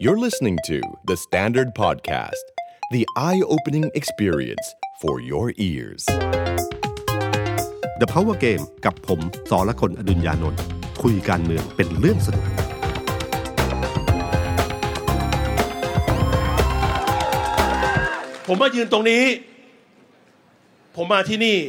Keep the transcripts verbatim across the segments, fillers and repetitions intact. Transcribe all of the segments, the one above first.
You're listening to The Standard Podcast, the eye-opening experience for your ears. The Power Game กับผมสรกล อดุลยานนท์คุยการเมืองเป็นเรื่องสนุกผมมายืนตรงนี้ผมมาที่นี่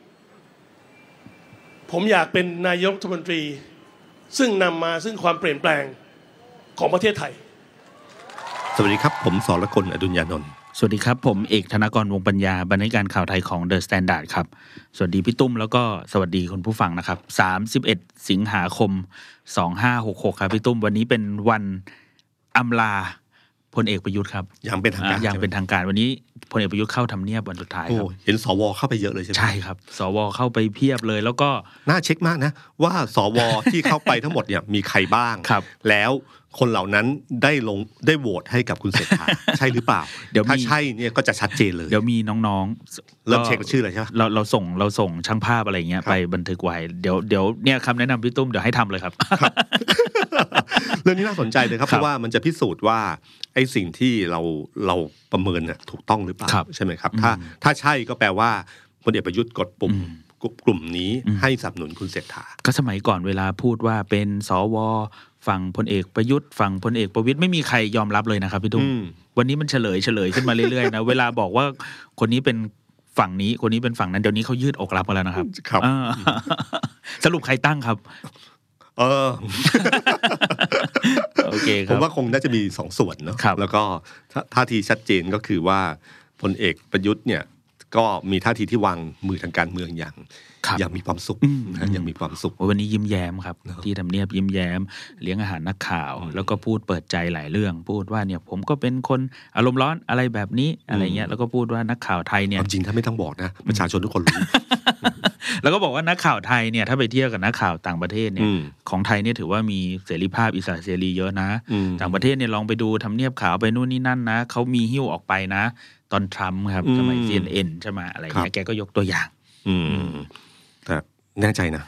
ผมอยากเป็นนายกรัฐมนตรีซึ่งนำมาซึ่งความเปลี่ยนแปลงของประเทศไทยสวัสดีครับผมสรกล อดุลยานนท์สวัสดีครับผมเอกธนกรวงปัญญาบรรณาธิการข่าวไทยของ The Standard ครับสวัสดีพี่ตุ้มแล้วก็สวัสดีคุณผู้ฟังนะครับสามสิบเอ็ดสิงหาคมสองพันห้าร้อยหกสิบหกครับพี่ตุ้มวันนี้เป็นวันอำลาพลเอกประยุทธ์ครับอย่างเป็นทางการอย่างเป็นทางการวันนี้พลเอกประยุทธ์เข้าทำเนียบวันสุดท้ายครับเห็นสวเข้าไปเยอะเลยใช่ไหมใช่ครับสวเข้าไปเพียบเลยแล้วก็น่าเช็คมากนะว่าสวที่เข้าไปทั้งหมดเนี่ยมีใครบ้างแล้วคนเหล่านั้นได้ลงได้โหวตให้กับคุณเศรษฐาใช่หรือเปล่าถ้าใช่เนี่ยก็จะชัดเจนเลยเดี๋ยวมีน้องๆเริ่มเช็คชื่อเลยใช่ไหมเราเราส่งเราส่งช่างภาพอะไรเงี้ยไปบันทึกไว้เดี๋ยวเดี๋ยวเนี่ยคำแนะนำพี่ตุ้มเดี๋ยวให้ทำเลยครับเรื่องนี้น่าสนใจเลยครับเพราะว่ามันจะพิสูจน์ว่าไอ้สิ่งที่เราเราประเมินเนี่ยถูกต้องหรือเปล่าใช่ไหมครับถ้าถ้าใช่ก็แปลว่าพลเอกประยุทธ์กดปุ่มกลุ่มนี้ให้สนับสนุนคุณเศรษฐาก็สมัยก่อนเวลาพูดว่าเป็นสวฝั่งพลเอกประยุทธ์ฝั่งพลเอกประวิตรไม่มีใครยอมรับเลยนะครับพี่ตุ้มวันนี้มันเฉลยเฉลยขึ้นมาเรื่อยๆนะเวลาบอกว่าคนนี้เป็นฝั่งนี้คนนี้เป็นฝั่งนั้นเดี๋ยวนี้เขายืดอกรับกันแล้วนะครับครับสรุปใครตั้งครับเออโอเคครับผมว่าคงน่าจะมีสองส่วนเนาะแล้วก็ท่าทีชัดเจนก็คือว่าพลเอกประยุทธ์เนี่ยก็มีท่าทีที่วางมือทางการเมืองอย่างอย่างมีความสุขนะอย่างมีความสุขวันนี้ยิ้มแย้มครับที่ทำเนียบยิ้มแย้มเลี้ยงอาหารนักข่าวแล้วก็พูดเปิดใจหลายเรื่องพูดว่าเนี่ยผมก็เป็นคนอารมณ์ร้อนอะไรแบบนี้อะไรเงี้ยแล้วก็พูดว่านักข่าวไทยเนี่ยจริงถ้าไม่ต้องบอกนะประชาชนทุกคนรู้แล้วก็บอกว่านักข่าวไทยเนี่ยถ้าไปเทียบกับนักข่าวต่างประเทศเนี่ยของไทยเนี่ยถือว่ามีเสรีภาพอิสระเสรีเยอะนะต่างประเทศเนี่ยลองไปดูทำเนียบข่าวไปนู่นนี่นั่นนะเขามีหิ้วออกไปนะตอนทรัมป์ครับสมัย ซี เอ็น เอ็น ใช่ไหมอะไรเงี้ยแกก็ยกตัวอย่างแต่แน่ใจนะ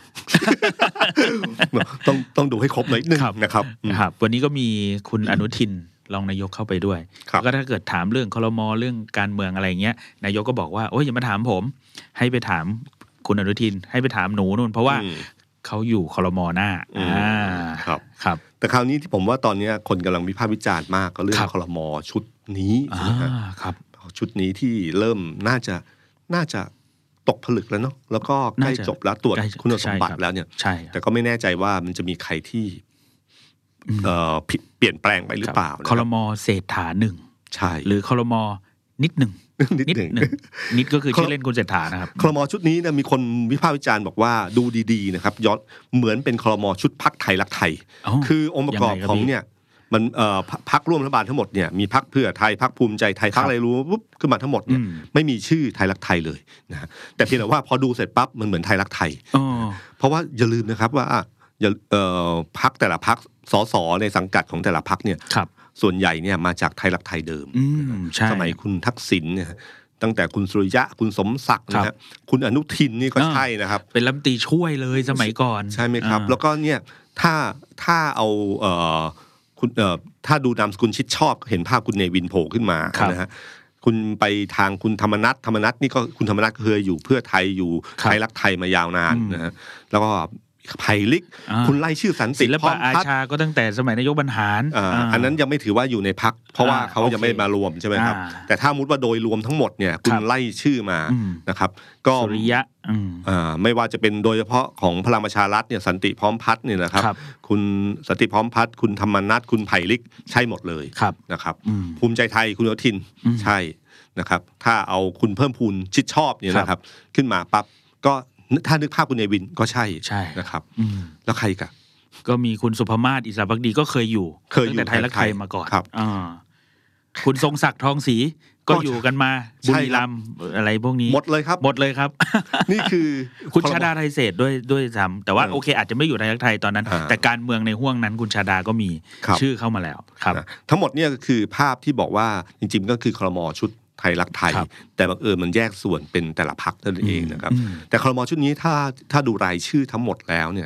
ต้องต้องดูให้ครบหน่อยนึงนะครับครับวันนี้ก็มีคุณอนุทินรองนายกเข้าไปด้วยแล้วก็ถ้าเกิดถามเรื่องครม.เรื่องการเมืองอะไรเงี้ยนายกก็บอกว่าโอ้ยอย่ามาถามผมให้ไปถามคุณอนุทินให้ไปถามหนูนู่นเพราะว่าเขาอยู่ครม.หน้าอ่าครับครับแต่คราวนี้ที่ผมว่าตอนนี้คนกำลังวิพากษ์วิจารณ์มากก็เรื่องครม.ชุดนี้นะครับชุดนี้ที่เริ่มน่าจะน่าจะตกผลึกแล้วเนาะแล้วก็ใกล้จบแล้วตรวจคุณสมบัติแล้วเนี่ยแต่ก็ไม่แน่ใจว่ามันจะมีใครที่เอ่อเปลี่ยนแปลงไปหรือเปล่าครม.เศรษฐาหนึ่งใช่หรือครม.นิดหนึ่งนิดหนึ่งนิดก็คือชื่อเล่นคุณเศรษฐานะครับครม.ชุดนี้เนี่ยมีคนวิพากษ์วิจารณ์บอกว่าดูดีๆนะครับย้อนเหมือนเป็นครม.ชุดพรรคไทยรักไทยคือองค์ประกอบของเนี่ยมันเอ่อพรรคร่วมรัฐบาลทั้งหมดเนี่ยมีพรรคเพื่อไทยพรรคภูมิใจไทยพรรคอะไรรู้ปุ๊บขึ้นมาทั้งหมดเนี่ยไม่มีชื่อไทยรักไทยเลยนะแต่เพียงแต่ว่าพอดูเสร็จปั๊บมันเหมือนไทยรักไทยเพราะว่าอย่าลืมนะครับว่าอย่าเอ่อพรรคแต่ละพรรคสสในสังกัดของแต่ละพรรคเนี่ยส่วนใหญ่เนี่ยมาจากไทยรักไทยเดิมสมัยคุณทักษิณเนี่ยตั้งแต่คุณสุริยะคุณสมศักดิ์นะฮะคุณอนุทินนี่ก็ใช่นะครับเป็นรัฐมนตรีช่วยเลยสมัยก่อนใช่ไหมครับแล้วก็เนี่ยถ้าถ้าเอาเอ่อคุณเอ่อถ้าดูนามสกุลชิดชอบเห็นภาพคุณเนวินโผล่ขึ้นมานะฮะคุณไปทางคุณธรรมนัสธรรมนัสนี่ก็คุณธรรมนัสเคยอยู่เพื่อไทยอยู่ไทยรักไทยมายาวนานนะฮะแล้วก็ไผ่ลิกคุณไล่ชื่อสันติพร้อมพัฒน์อาชาก็ตั้งแต่สมัยนายกบรรหารอันนั้นยังไม่ถือว่าอยู่ในพรรคเพราะว่าเขายังไม่มารวมใช่ไหมครับแต่ถ้ามุดว่าโดยรวมทั้งหมดเนี่ยคุณไล่ชื่อมานะครับก็สุริยะไม่ว่าจะเป็นโดยเฉพาะของพลังประชารัฐเนี่ยสันติพร้อมพัฒน์เนี่ยนะครับคุณสันติพร้อมพัฒน์คุณธรรมนัสคุณไผ่ลิกใช่หมดเลยนะครับภูมิใจไทยคุณอนุทินใช่นะครับถ้าเอาคุณเพิ่มพูนชิดชอบเนี่ยนะครับขึ้นมาปั๊บก็ถ้านึกภาพคุณเนวินก็ใช่นะครับแล้วใครกันก็มีคุณสุภมาศอิสระภักดีก็เคยอยู่เคยอยู่แต่ไทยรักไทยมาก่อนคุณทรงศักดิ์ทองศรีก็อยู่กันมาบุรีรัมย์อะไรพวกนี้หมดเลยครับหมดเลยครับนี่คือคุณชาดาไทยเศรษฐ์ด้วยด้วยซ้ำแต่ว่าโอเคอาจจะไม่อยู่ไทยรักไทยตอนนั้นแต่การเมืองในห่วงนั้นคุณชาดาก็มีชื่อเข้ามาแล้วครับทั้งหมดเนี่ยก็คือภาพที่บอกว่าจริงๆก็คือครม.ชุดไทยรักไทยแต่บังเอิญมันแยกส่วนเป็นแต่ละพรรคนั่นเองนะครับแต่ครม.ชุดนี้ถ้าถ้าดูรายชื่อทั้งหมดแล้วเนี่ย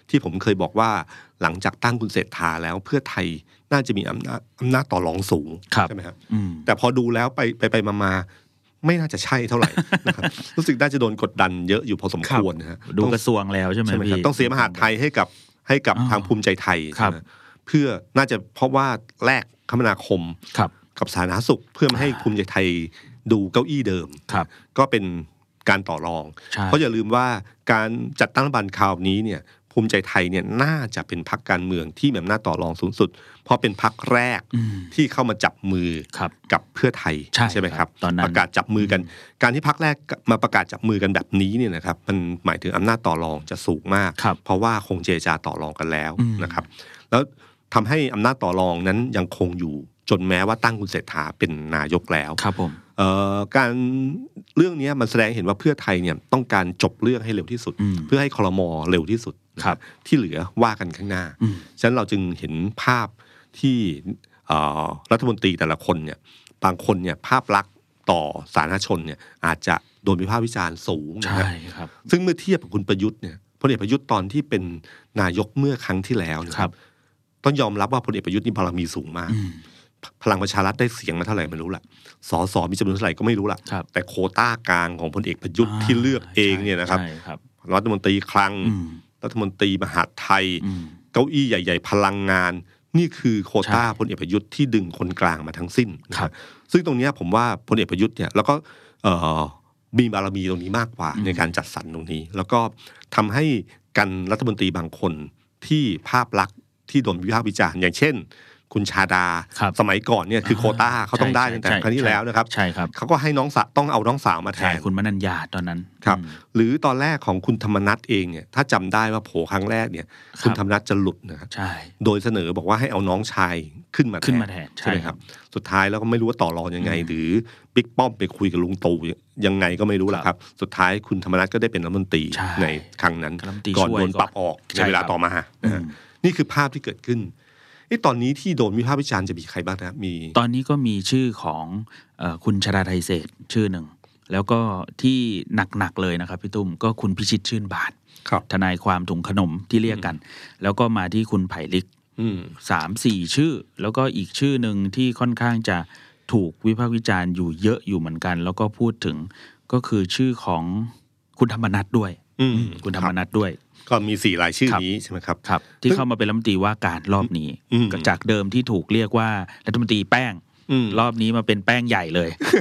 ที่ผมเคยบอกว่าหลังจากตั้งคุณเศรษฐาแล้วเพื่อไทยน่าจะมีอำนาจอำนาจต่อรองสูงใช่ไหมครับแต่พอดูแล้วไปไปไปมาๆไม่น่าจะใช่เท่าไหร่นะครับรู้สึกน่าจะโดนกดดันเยอะอยู่พอสมควรนะฮะดูกระทรวงแล้วใช่ไหมพี่ต้องเสียมหาดไทยให้กับให้กับทางภูมิใจไทยเพื่อน่าจะเพราะว่าแลกคมนาคมกับสาธารณสุขเพื่อไม่ให้ภูมิใจไทยดูเก้าอี้เดิมก็เป็นการต่อรองเพราะอย่าลืมว่าการจัดตั้งรัฐบาลคราวนี้เนี่ยภูมิใจไทยเนี่ยน่าจะเป็นพรรคการเมืองที่มีอำนาจต่อรองสูงสุดเพราะเป็นพรรคแรกที่เข้ามาจับมือกับเพื่อไทยใช่ไหมครับประกาศจับมือกันการที่พรรคแรกมาประกาศจับมือกันแบบนี้เนี่ยนะครับมันหมายถึงอำนาจต่อรองจะสูงมากเพราะว่าคงเจรจาต่อรองกันแล้วนะครับแล้วทำให้อำนาจต่อรองนั้นยังคงอยู่จนแม้ว่าตั้งคุณเศรษฐาเป็นนายกแล้วครับผมการเรื่องนี้มันแสดงเห็นว่าเพื่อไทยเนี่ยต้องการจบเรื่องให้เร็วที่สุดเพื่อให้ครม.เร็วที่สุดที่เหลือว่ากันข้างหน้าฉะนั้นเราจึงเห็นภาพที่รัฐมนตรีแต่ละคนเนี่ยบางคนเนี่ยภาพลักษณ์ต่อสาธารณชนเนี่ยอาจจะโดนวิพากษ์วิจารณ์สูงนะครับซึ่งเมื่อเทียบกับคุณประยุทธ์เนี่ยพลเอกประยุทธ์ตอนที่เป็นนายกเมื่อครั้งที่แล้วนะครับต้องยอมรับว่าพลเอกประยุทธ์นี่บารมีสูงมากพลังประชารัฐได้เสียงมาเท่าไหร่ไม่รู้แหละสสมีจำนวนเท่าไหร่ก็ไม่รู้แหละแต่โควต้ากลางของพลเอกประยุทธ์ที่เลือกเองเนี่ยนะครับรัฐมนตรีคลังรัฐมนตรีมหาดไทยเก้าอี้ใหญ่ๆพลังงานนี่คือโควต้าพลเอกประยุทธ์ที่ดึงคนกลางมาทั้งสิ้นนะครับซึ่งตรงนี้ผมว่าพลเอกประยุทธ์เนี่ยแล้วก็มีบารมีตรงนี้มากกว่าในการจัดสรรตรงนี้แล้วก็ทำให้กันรัฐมนตรีบางคนที่ภาพลักษณ์ที่โดนวิพากษ์วิจารณ์อย่างเช่นคุณชาดาสมัยก่อนเนี่ยคือโควต้าเขาต้องได้ตั้งแต่ครั้งที่แล้วนะครับใช่ครับเขาก็ให้น้องสาวต้องเอาน้องสาวมาแทนคุณมนัญญาตอนนั้นครับหรือตอนแรกของคุณธรรมนัสเองเนี่ยถ้าจำได้ว่าโผครั้งแรกเนี่ยคุณธรรมนัสจะหลุดนะครับโดยเสนอบอกว่าให้เอาน้องชายขึ้นมาแทนใช่ไหมครับสุดท้ายแล้วก็ไม่รู้ว่าต่อรองยังไงหรือบิ๊กป้อมไปคุยกับลุงตู่ยังไงก็ไม่รู้แหละครับสุดท้ายคุณธรรมนัสก็ได้เป็นรัฐมนตรีในครั้งนั้นก่อนโดนปรับออกในเวลาต่อมานี่คือภาพที่เกิดขึ้นตอนนี้ที่โดนวิพากษ์วิจารณ์จะมีใครบ้างนะมีตอนนี้ก็มีชื่อของเอ่อคุณชราไทยเศรษฐ์ชื่อหนึ่งแล้วก็ที่หนักๆเลยนะครับพี่ตุ้มก็คุณพิชิตชื่นบานทนายความถุงขนมที่เรียกกันแล้วก็มาที่คุณไผ่ลิกสามสี่ชื่อแล้วก็อีกชื่อหนึ่งที่ค่อนข้างจะถูกวิพากษ์วิจารณ์อยู่เยอะอยู่เหมือนกันแล้วก็พูดถึงก็คือชื่อของคุณธรรมนัสด้วยคุณธรรมนัสด้วยก็มีสี่รายชื่อนี้ใช่ไหมครับครับที่เข้ามาเป็นรัฐมนตรีว่าการรอบนี้จากเดิมที่ถูกเรียกว่ารัฐมนตรีแป้งรอบนี้มาเป็นแป้งใหญ่เลย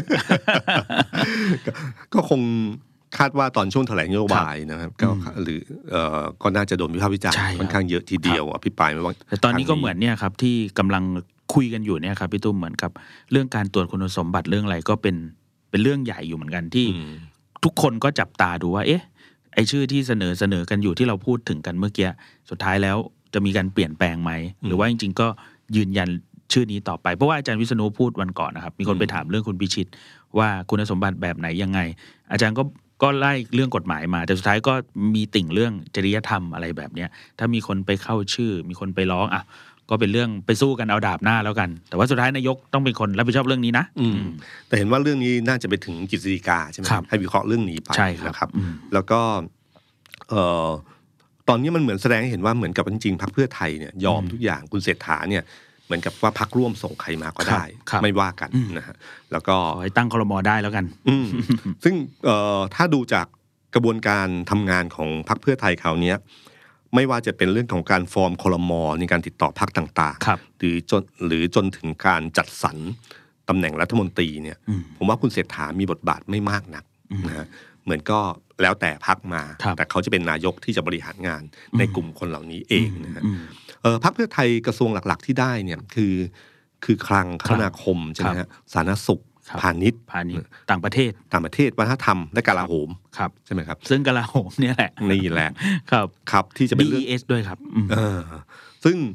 ก็คงคาดว่าตอนช่วงแถลงนโยบายนะครับก็หรือก็น่าจะโดนวิพากษ์วิจารณ์ค่อนข้างเยอะทีเดียวอภิปรายไม่ว่าแต่ตอนนี้ก็เหมือนเนี่ยครับที่กำลังคุยกันอยู่เนี่ยครับพี่ตุ้มเหมือนกับเรื่องการตรวจคุณสมบัติเรื่องอะไรก็เป็นเป็นเรื่องใหญ่อยู่เหมือนกันที่ทุกคนก็จับตาดูว่าเอ๊ะไอ้ชื่อที่เสนอเสนอกันอยู่ที่เราพูดถึงกันเมื่อกี้สุดท้ายแล้วจะมีการเปลี่ยนแปลงไหมหรือว่าจริงๆก็ยืนยันชื่อนี้ต่อไปเพราะว่าอาจารย์วิษณุพูดวันก่อนนะครับมีคนไปถามเรื่องคุณพิชิตว่าคุณสมบัติแบบไหนยังไงอาจารย์ก็ก็ไล่เรื่องกฎหมายมาแต่สุดท้ายก็มีติ่งเรื่องจริยธรรมอะไรแบบเนี้ยถ้ามีคนไปเข้าชื่อมีคนไปร้องอ่ะก็เป็นเรื่องไปสู้กันเอาดาบหน้าแล้วกันแต่ว่าสุดท้ายนายกต้องเป็นคนรับผิดชอบเรื่องนี้นะแต่เห็นว่าเรื่องนี้น่าจะไปถึงกฤษฎีกาใช่ไหมให้วิเคราะห์เรื่องนี้ไปนะครับแล้วก็เอ่อตอนนี้มันเหมือนแสดงให้เห็นว่าเหมือนกับจริงๆพรรคเพื่อไทยเนี่ยยอมทุกอย่างคุณเศรษฐาเนี่ยเหมือนกับว่าพรรคร่วมส่งใครมาก็ได้ไม่ว่ากันนะฮะแล้วก็ให้ตั้งครม.ได้แล้วกันซึ่งเอ่อถ้าดูจากกระบวนการทำงานของพรรคเพื่อไทยคราวนี้ไม่ว่าจะเป็นเรื่องของการฟอร์มครม.ในการติดต่อพรรคต่างๆหรือจนหรือจนถึงการจัดสรรตำแหน่งรัฐมนตรีเนี่ยผมว่าคุณเศรษฐามีบทบาทไม่มากนักนะฮะเหมือนก็แล้วแต่พรรคมาแต่เขาจะเป็นนายกที่จะบริหารงานในกลุ่มคนเหล่านี้เองนะฮะพรรคเพื่อไทยกระทรวงหลักๆที่ได้เนี่ยคือคือคลังคมนาคมใช่ไหมฮะสาธารณสุขพาณิชย์พาณิชย์ต่างประเทศต่างประเทศวัฒนธรรมและกลาโหมใช่ไหมครับซึ่งกลาโหมเนี่ยแหละนี่แหละครับครับที่จะเป็นเรื่องดี อี เอส ด้วยครับซึ่ง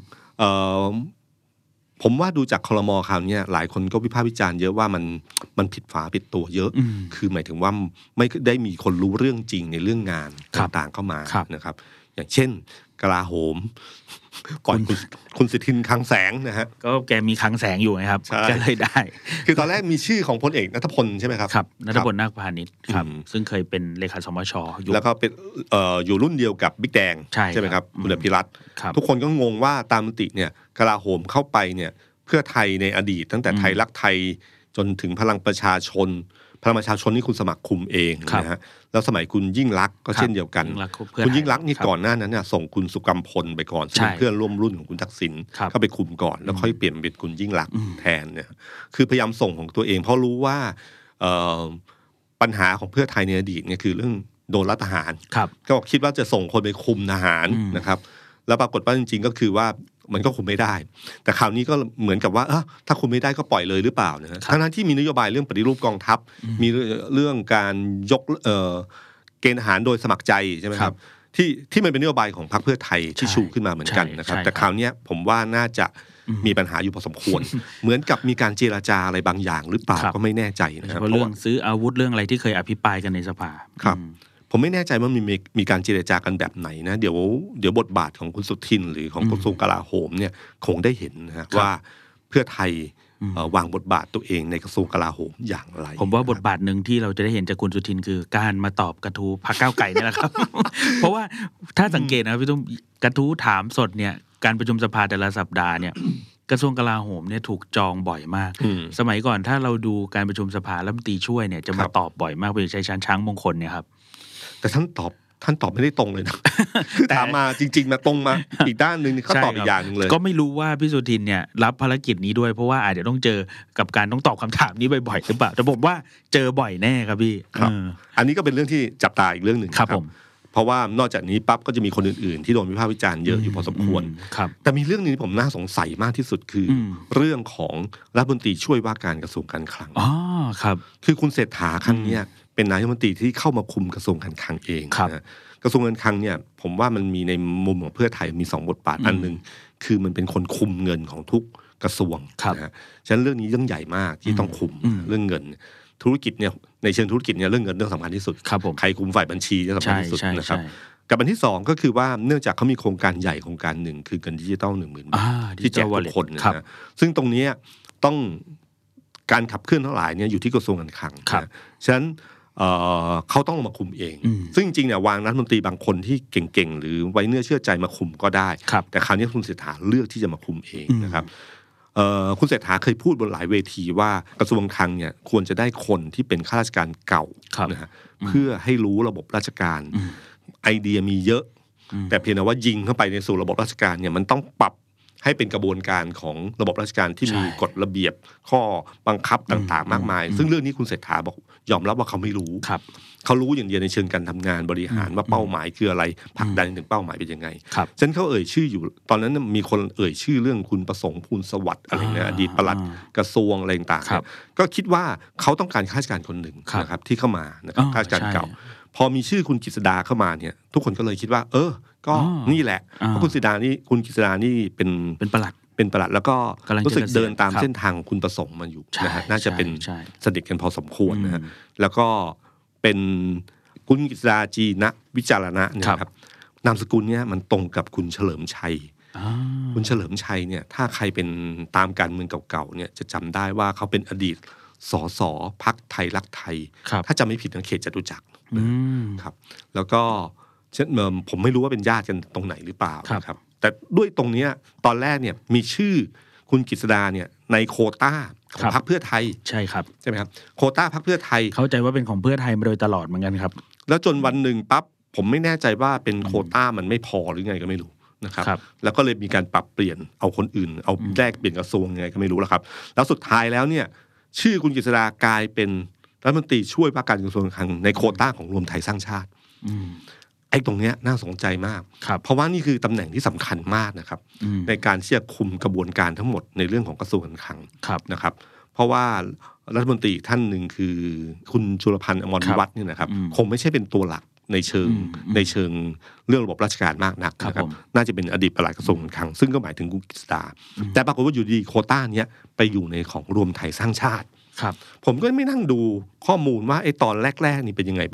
ผมว่าดูจากครม.คราวนี้หลายคนก็วิพากษ์วิจารณ์เยอะว่ามันมันผิดฝาผิดตัวเยอะคือหมายถึงว่าไม่ได้มีคนรู้เรื่องจริงในเรื่องงานต่างๆเข้ามานะครับอย่างเช่นกลาโหมก่อนคุณคุณสิทธินคลังแสงนะฮะก็แกมีคลังแสงอยู่ไงครับก็เลยได้คือตอนแรกมีชื่อของพลเอกณัฐพลใช่ไหมครับครับณัฐพลนาคพานิชครับซึ่งเคยเป็นเลขาสมช. แล้วก็เป็นเอ่ออยู่รุ่นเดียวกับบิ๊กแดงใช่ไหมครับคุณอภิรัตน์ทุกคนก็งงว่าตามมติเนี่ยกลาโหมเข้าไปเนี่ยเพื่อไทยในอดีตตั้งแต่ไทยรักไทยจนถึงพลังประชาชนพลังประชาชนนี่คุณสมัครคุมเองนะฮะแล้วสมัยคุณยิ่งลักษณ์ก็เช่นเดียวกันคุณยิ่งลักษณ์นี่ก่อนหน้านั้นเนี่ยส่งคุณสุกัมพลไปก่อนซึ่งเป็นเพื่อนร่วมรุ่นของคุณทักษิณเข้าไปคุมก่อนแล้วค่อยเปลี่ยนเป็นคุณยิ่งลักษณ์แทนเนี่ยคือพยายามส่งของตัวเองเพราะรู้ว่าปัญหาของเพื่อไทยในอดีตเนี่ยคือเรื่องโดนรัฐทหารก็คิดว่าจะส่งคนไปคุมทหารนะครับแล้วปรากฏว่าจริงๆก็คือว่ามันก็คุมไม่ได้แต่คราวนี้ก็เหมือนกับว่าเออถ้าคุมไม่ได้ก็ปล่อยเลยหรือเปล่านะทั้งนั้นที่มีนโยบายเรื่องปฏิรูปกองทัพมีเรื่องการยกเอ่อเกณฑ์ทหารโดยสมัครใจใช่ไหมครับที่ที่มันเป็นนโยบายของพรรคเพื่อไทยที่ชูขึ้นมาเหมือนกันนะครับแต่คราวนี้ผมว่าน่าจะมีปัญหาอยู่พอสมควรเหมือนกับมีการเจรจาอะไรบางอย่างหรือเปล่าก็ไม่แน่ใจนะครับเพราะเรื่องซื้ออาวุธเรื่องอะไรที่เคยอภิปรายกันในสภาครับผมไม่แน่ใจว่ามีมีการเจรจากันแบบไหนนะเดี๋ยวเดี๋ยวบทบาทของคุณสุทินหรือของกระทรวงกลาโหมเนี่ยคงได้เห็นนะว่าเพื่อไทยวางบทบาทตัวเองในกระทรวงกลาโหมอย่างไรผมว่าบทบาทหนึ่งที่เราจะได้เห็นจากคุณสุทินคือการมาตอบกระทู้พรรคก้าวไกลนี่แหละครับ เพราะว่าถ้าสังเกตนะพี่ตุ้มกระทู้ถามสดเนี่ยการประชุมสภาแต่ละสัปดาห์เนี่ยกระทรวงกลาโหมเนี่ยถูกจองบ่อยมากสมัยก่อนถ้าเราดูการประชุมสภารัฐมนตรีช่วยเนี่ยจะมาตอบบ่อยมากเป็นชัยชาญช้างมงคลเนี่ยครับแต่ท่านตอบท่านตอบไม่ได้ตรงเลยนะคือถามมาจริงๆมาตรงมาอีกด้านนึงเขาตอบอีกอย่างนึงเลยก็ไม่รู้ว่าพี่สุทินเนี่ยรับภารกิจนี้ด้วยเพราะว่าอาจจะต้องเจอกับการต้องตอบคำถามนี้บ่อยๆหรือเปล่าแต่ผมว่าเจอบ่อยแน่ครับพี่ครับอันนี้ก็เป็นเรื่องที่จับตาอีกเรื่องนึงครับผมเพราะว่านอกจากนี้ปั๊บก็จะมีคนอื่นๆที่โดนวิพากษ์วิจารณ์เยอะอยู่พอสมควรแต่มีเรื่องนึงที่ผมน่าสงสัยมากที่สุดคือเรื่องของรัฐมนตรีช่วยว่าการกระทรวงการคลังอ๋อครับคือคุณเศรษฐาครั้งนี้เป็นนายกรัฐมนตรีที่เข้ามาคุมกระทรวงการคลังเองนะกระทรวงการคลังเนี่ยผมว่ามันมีในมุมของเพื่อไทยมีสองบทบาทอันนึงคือมันเป็นคนคุมเงินของทุกกระทรวงนะฮะฉะนั้นเรื่องนี้เรื่องใหญ่มากที่ต้องคุมเรื่องเงินธุรกิจเนี่ยในเชิงธุรกิจเนี่ยเรื่องเงินเรื่องสำคัญที่สุดใครคุมฝ่ายบัญชีจะสำคัญที่สุดนะครับกับอันที่สองก็คือว่าเนื่องจากเขามีโครงการใหญ่โครงการหนึ่งคือเงินดิจิตอลหนึ่งหมื่นบาทที่แจกทุกคนนะซึ่งตรงนี้ต้องการขับเคลื่อนทั้งหลายเนี่ยอยู่ที่กระทรวงการคลังฉะนั้นเอ่อเขาต้องมาคุมเองซึ่งจริงๆเนี่ยวางรัฐมนตรีบางคนที่เก่งๆหรือไว้เนื้อเชื่อใจมาคุมก็ได้แต่คราวนี้คุณเศรษฐาเลือกที่จะมาคุมเองนะครับคุณเศรษฐาเคยพูดบนหลายเวทีว่ากระทรวงคลังเนี่ยควรจะได้คนที่เป็นข้าราชการเก่านะฮะเพื่อให้รู้ระบบราชการไอเดียมีเยอะแต่เพียงแต่ว่ายิงเข้าไปในสู่ระบบราชการเนี่ยมันต้องปรับให้เป็นกระบวนการของระบบราชการที่มีกฎระเบียบข้อบังคับต่างๆมากมายซึ่งเรื่องนี้คุณเศรษฐาบอกยอมรับว่าเขาไม่รู้เขารู้อย่างเดียวในเชิงการทำงานบริหารว่าเป้าหมายคืออะไรผลักดันถึงเป้าหมายเป็นยังไงฉะนั้นเขาเอ่ยชื่ออยู่ตอนนั้นมีคนเอ่ยชื่อเรื่องคุณประสงค์ภูลสวัสดิ์อะไรเงี้ยอดีตปลัดกระทรวงอะไรต่างๆก็คิดว่าเขาต้องการข้าราชการคนหนึ่งนะครับที่เข้ามานะครับข้าราชการเก่าพอมีชื่อคุณกฤษดาเข้ามาเนี่ยทุกคนก็เลยคิดว่าเออก็นี่แหละเพราะคุณกฤษดานี่คุณกฤษดานี่เป็นเป็นปลัดเป็นปลัดแล้วก็รู้สึกเดินตามเส้นทางคุณประสงค์มาอยู่นะฮะน่าจะเป็นสนิทกันพอสมควรนะฮะแล้วก็เป็นคุณกฤษดาจีนะวิจารณะเนี่ยครับนามสกุลเนี่ยมันตรงกับคุณเฉลิมชัยคุณเฉลิมชัยเนี่ยถ้าใครเป็นตามการเมืองเก่าๆเนี่ยจะจำได้ว่าเขาเป็นอดีตสสพรรคไทยรักไทยถ้าจำไม่ผิดในเขตจตุจักรครับแล้วก็ผมไม่รู้ว่าเป็นญาติกันตรงไหนหรือเปล่าครับแต่ด้วยตรงนี้ตอนแรกเนี่ยมีชื่อคุณกฤษดาเนี่ยในโควต้าของพรรคเพื่อไทยใช่ครับใช่ไหมครับโควต้าพรรคเพื่อไทยเข้าใจว่าเป็นของเพื่อไทยมาโดยตลอดเหมือนกันครับแล้วจนวันหนึ่งปั๊บผมไม่แน่ใจว่าเป็นโควต้ามันไม่พอหรือไงก็ไม่รู้นะครับแล้วก็เลยมีการปรับเปลี่ยนเอาคนอื่นเอาแลกเปลี่ยนกระทรวงยังไงก็ไม่รู้แล้วครับแล้วสุดท้ายแล้วเนี่ยชื่อคุณกฤษดากลายเป็นรัฐมนตรีช่วยว่าการกระทรวงการคลังในโควต้าของรวมไทยสร้างชาติไอ้ตรงเนี้ยน่าสนใจมากเพราะว่านี่คือตำแหน่งที่สำคัญมากนะครับในการที่จะคุมกระบวนการทั้งหมดในเรื่องของกระทรวงการคลังนะครับเพราะว่ารัฐมนตรีท่านหนึ่งคือคุณจุลพันธ์อมรวิวัฒน์เนี่ยนะครับคงไม่ใช่เป็นตัวหลักในเชิงในเชิงเรื่องระบบราชการมากนักนะครับน่าจะเป็นอดีตปลัดกระทรวงการคลังซึ่งก็หมายถึงคุณกฤษดาแต่ปรากฏว่าอยู่ดีโควต้าเนี้ยไปอยู่ในของรวมไทยสร้างชาติผมก็ไม่นั่งดูข้อมูลว่าไอ้ตอนแรกๆนี่เป็นยังไงบ้าง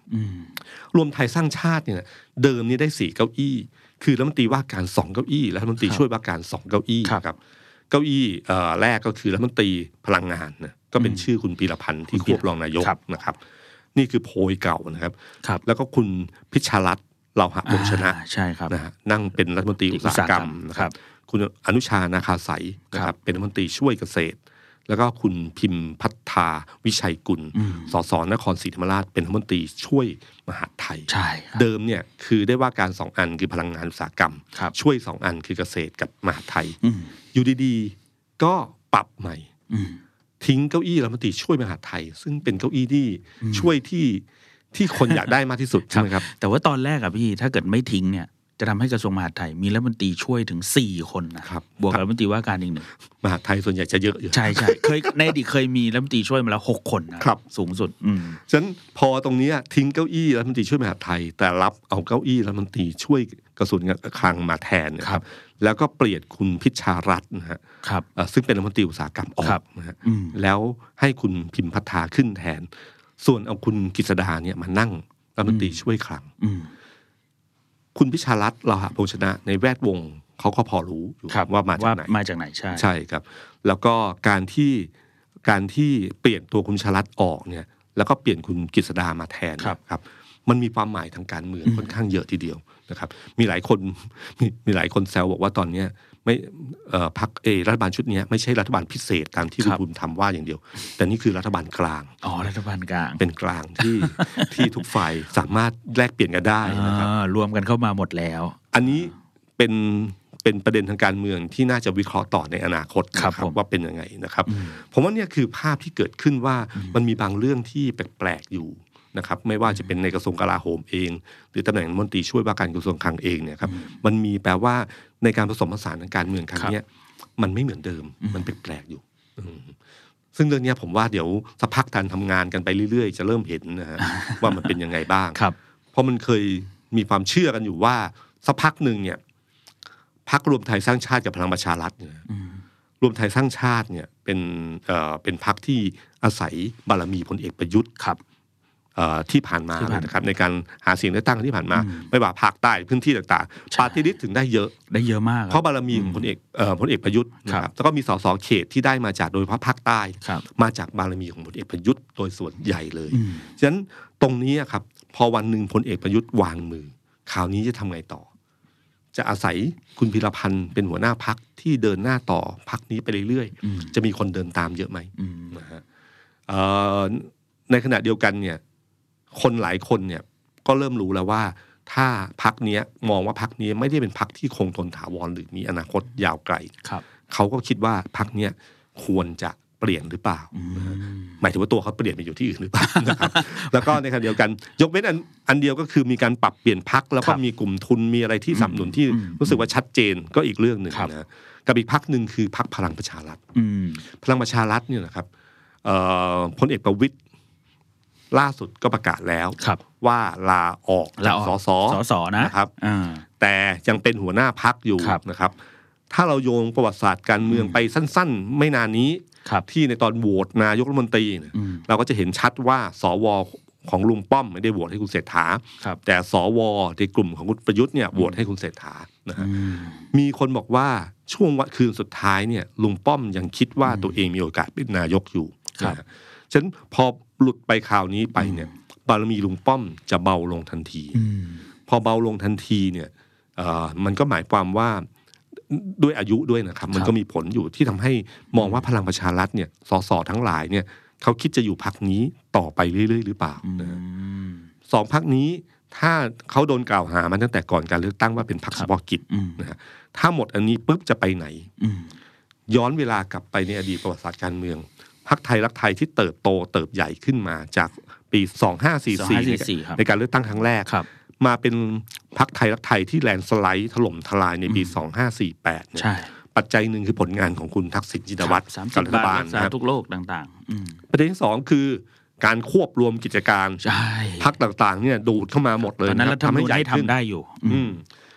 รวมไทยสร้างชาติเนี่ยเดิมนี่ได้สี่เก้าอี้คือรัฐมนตรีว่าการสองเก้าอี้และรัฐมนตรีช่วยว่าการสองเก้าอี้ครับเก้าอี้แรกก็คือรัฐมนตรีพลังงานนะก็เป็นชื่อคุณปีรพันธ์ที่ควบรองนายกนะครับนี่คือโพยเก่านะครับแล้วก็คุณพิชารัตน์เลาหะวงศ์ชนะใช่ครับนะฮะนั่งเป็นรัฐมนตรีอุตสาหกรรมนะครับคุณอนุชานาคาใสนะครับเป็นรัฐมนตรีช่วยเกษตรแล้วก็คุณพิมพ์พัฒนาวิชัยกุลสสนครศรีธรรมราชเป็นรัฐมนตรีช่วยมหาดไทยเดิมเนี่ยคือได้ว่าการสองอันคือพลังงานอุตสาหกรรมช่วยสองอันคือเกษตรกับมหาดไทยอยู่ดีๆก็ปรับใหม่ทิ้งเก้าอี้รัฐมนตรีช่วยมหาดไทยซึ่งเป็นเก้าอี้ที่ช่วยที่ที่คนอยากได้มากที่สุดใช่ไหมครับแต่ว่าตอนแรกอะพี่ถ้าเกิดไม่ทิ้งเนี่ยจะทำให้กระทรวงมหาดไทยมีรัฐมนตรีช่วยถึงสี่คนนะครับบวกกับรัฐมนตรีว่าการอีกหนึ่งมหาดไทยส่วนใหญ่จะเยอะอยู่ใช่ใช่เคยในอดีตเคยมีรัฐมนตรีช่วยมาแล้วหกคนนะครับสูงสุดฉะนั้นพอตรงนี้ทิ้งเก้าอี้รัฐมนตรีช่วยมหาดไทยแต่รับเอาเก้าอี้รัฐมนตรีช่วยกระทรวงการคลังมาแทนนะครับแล้วก็เปลี่ยนคุณพิชารัตน์นะฮะซึ่งเป็นรัฐมนตรีอุตสาหกรรมออกนะฮะแล้วให้คุณพิมพ์พัฒนาขึ้นแทนส่วนเอาคุณกฤษดาเนี่ยมานั่งรัฐมนตรีช่วยคลังคุณพิชารัตน์เลาหะวงศ์ชนะในแวดวงเขาก็พอรู้อยู่ว่ามาจากไหนมาจากไหนใช่ใช่ครับแล้วก็การที่การที่เปลี่ยนตัวคุณพิชารัตน์ออกเนี่ยแล้วก็เปลี่ยนคุณกฤษดามาแทนครับมันมีความหมายทางการเมืองค่อนข้างเยอะทีเดียวนะครับมีหลายคนมีมีหลายคนแซวบอกว่าตอนนี้ไม่พรรคเอรัฐบาลชุดนี้ไม่ใช่รัฐบาลพิเศษตามที่คุณภูมิธรรมว่าอย่างเดียวแต่นี่คือรัฐบาลกลางอ๋อรัฐบาลกลางเป็นกลางที่ที่ทุกฝ่ายสามารถแลกเปลี่ยนกันได้นะครับรวมกันเข้ามาหมดแล้วอันนี้เป็นเป็นประเด็นทางการเมืองที่น่าจะวิเคราะห์ต่อในอนาคตนะครับว่าเป็นยังไงนะครับผมว่าเนี่ยคือภาพที่เกิดขึ้นว่ามันมีบางเรื่องที่แปลกๆอยู่นะครับไม่ว่าจะเป็นในกระทรวงกลาโหมเองหรือตำแหน่งรัฐมนตรีช่วยว่าการกระทรวงคลังเองเนี่ยครับมันมีแปลว่าในการผสมผสานทางการเมืองครั้งนี้มันไม่เหมือนเดิมมันแปลกๆอยู่ซึ่งเรื่องนี้ผมว่าเดี๋ยวสักพักการทำงานกันไปเรื่อยๆจะเริ่มเห็นนะฮะว่ามันเป็นยังไงบ้างเพราะมันเคยมีความเชื่อกันอยู่ว่าสักพักหนึ่งเนี่ยพรรครวมไทยสร้างชาติกับพลังประชารัฐเนี่ยรวมไทยสร้างชาติเนี่ยเป็นเอ่อเป็นพรรคที่อาศัยบารมีพลเอกประยุทธ์ที่ผ่านมานะครับในการหาเสียงเลือกตั้งที่ผ่านมาไม่ว่าภาคใต้พื้นที่ต่างๆปาร์ตี้ลิสต์ถึงได้เยอะได้เยอะมากเพราะบารมีของพลเอกพลเอกประยุทธ์นะครับแล้วก็มีสสเขตที่ได้มาจากโดยเฉพาะภาคใต้มาจากบารมีของพลเอกประยุทธ์โดยส่วนใหญ่เลยฉะนั้นตรงนี้ครับพอวันหนึ่งพลเอกประยุทธ์วางมือข่าวนี้จะทำไงต่อจะอาศัยคุณพีรพันธ์เป็นหัวหน้าพรรคที่เดินหน้าต่อพรรคนี้ไปเรื่อยๆจะมีคนเดินตามเยอะไหมนะฮะในขณะเดียวกันเนี่ยคนหลายคนเนี่ยก็เริ่มรู้แล้วว่าถ้าพรรคนี้มองว่าพรรคนี้ไม่ได้เป็นพรรคที่คงทนถาวรหรือมีอนาคตยาวไกลเขาก็คิดว่าพรรคนี้ควรจะเปลี่ยนหรือเปล่าหมายถึงว่าตัวเขาเปลี่ยนไปอยู่ที่อื่นหรือเปล่านะครับแล้วก็ในขณะเดียวกันยกเว้นอันอันเดียวก็คือมีการปรับเปลี่ยนพรรคแล้วก็มีกลุ่มทุนมีอะไรที่สนับสนุนที่รู้สึกว่าชัดเจนก็อีกเรื่องหนึ่งนะกับอีกพรรคหนึ่งคือพรรคพลังประชารัฐพลังประชารัฐเนี่ยนะครับพลเอกประวิตรล่าสุดก็ประกาศแล้วว่าลาออกจากสสสนะครับแต่ยังเป็นหัวหน้าพรรคอยู่นะครับถ้าเราโยงประวัติศาสตร์การเมืองไปสั้นๆไม่นานนี้ที่ในตอนโหวตนายกรัฐมนตรีเราก็จะเห็นชัดว่าสวของลุงป้อมไม่ได้โหวตให้คุณเศรษฐาแต่สวในกลุ่มของคุณประยุทธ์เนี่ยโหวตให้คุณเศรษฐานะฮะมีคนบอกว่าช่วงวันคืนสุดท้ายเนี่ยลุงป้อมยังคิดว่าตัวเองมีโอกาสเป็นนายกอยู่ฉะนั้นพอหลุดไปข่าวนี้ไปเนี่ยบารมีลุงป้อมจะเบาลงทันทีพอเบาลงทันทีเนี่ยมันก็หมายความว่าด้วยอายุด้วยนะครับมันก็มีผลอยู่ที่ทำให้มองว่าพลังประชารัฐเนี่ยสสทั้งหลายเนี่ยเขาคิดจะอยู่พรรคนี้ต่อไปเรื่อยๆหรือเปล่าสองพรรคนี้ถ้าเขาโดนกล่าวหามาตั้งแต่ก่อนการเลือกตั้งว่าเป็นพรรคเฉพาะกิจนะฮะถ้าหมดอันนี้ปุ๊บจะไปไหนย้อนเวลากลับไปในอดีตประวัติศาสตร์การเมืองพรรคไทยรักไทยที่เติบโตเติบใหญ่ขึ้นมาจากปีสองพันห้าร้อยสี่สิบสี่ในการเลือกตั้งครั้งแรกมาเป็นพรรคไทยรักไทยที่แลนสไลด์ถล่มทลายในปีสองพันห้าร้อยสี่สิบแปดเนี่ยปัจจัยหนึ่งคือผลงานของคุณทักษิณชินวัตรกับรัฐบาลนะครับทุกโลกต่างๆประเด็นที่สองคือการควบรวมกิจการพรรคต่างๆเนี่ยดูดเข้ามาหมดเลยนะทำให้ใหญ่ขึ้นได้อยู่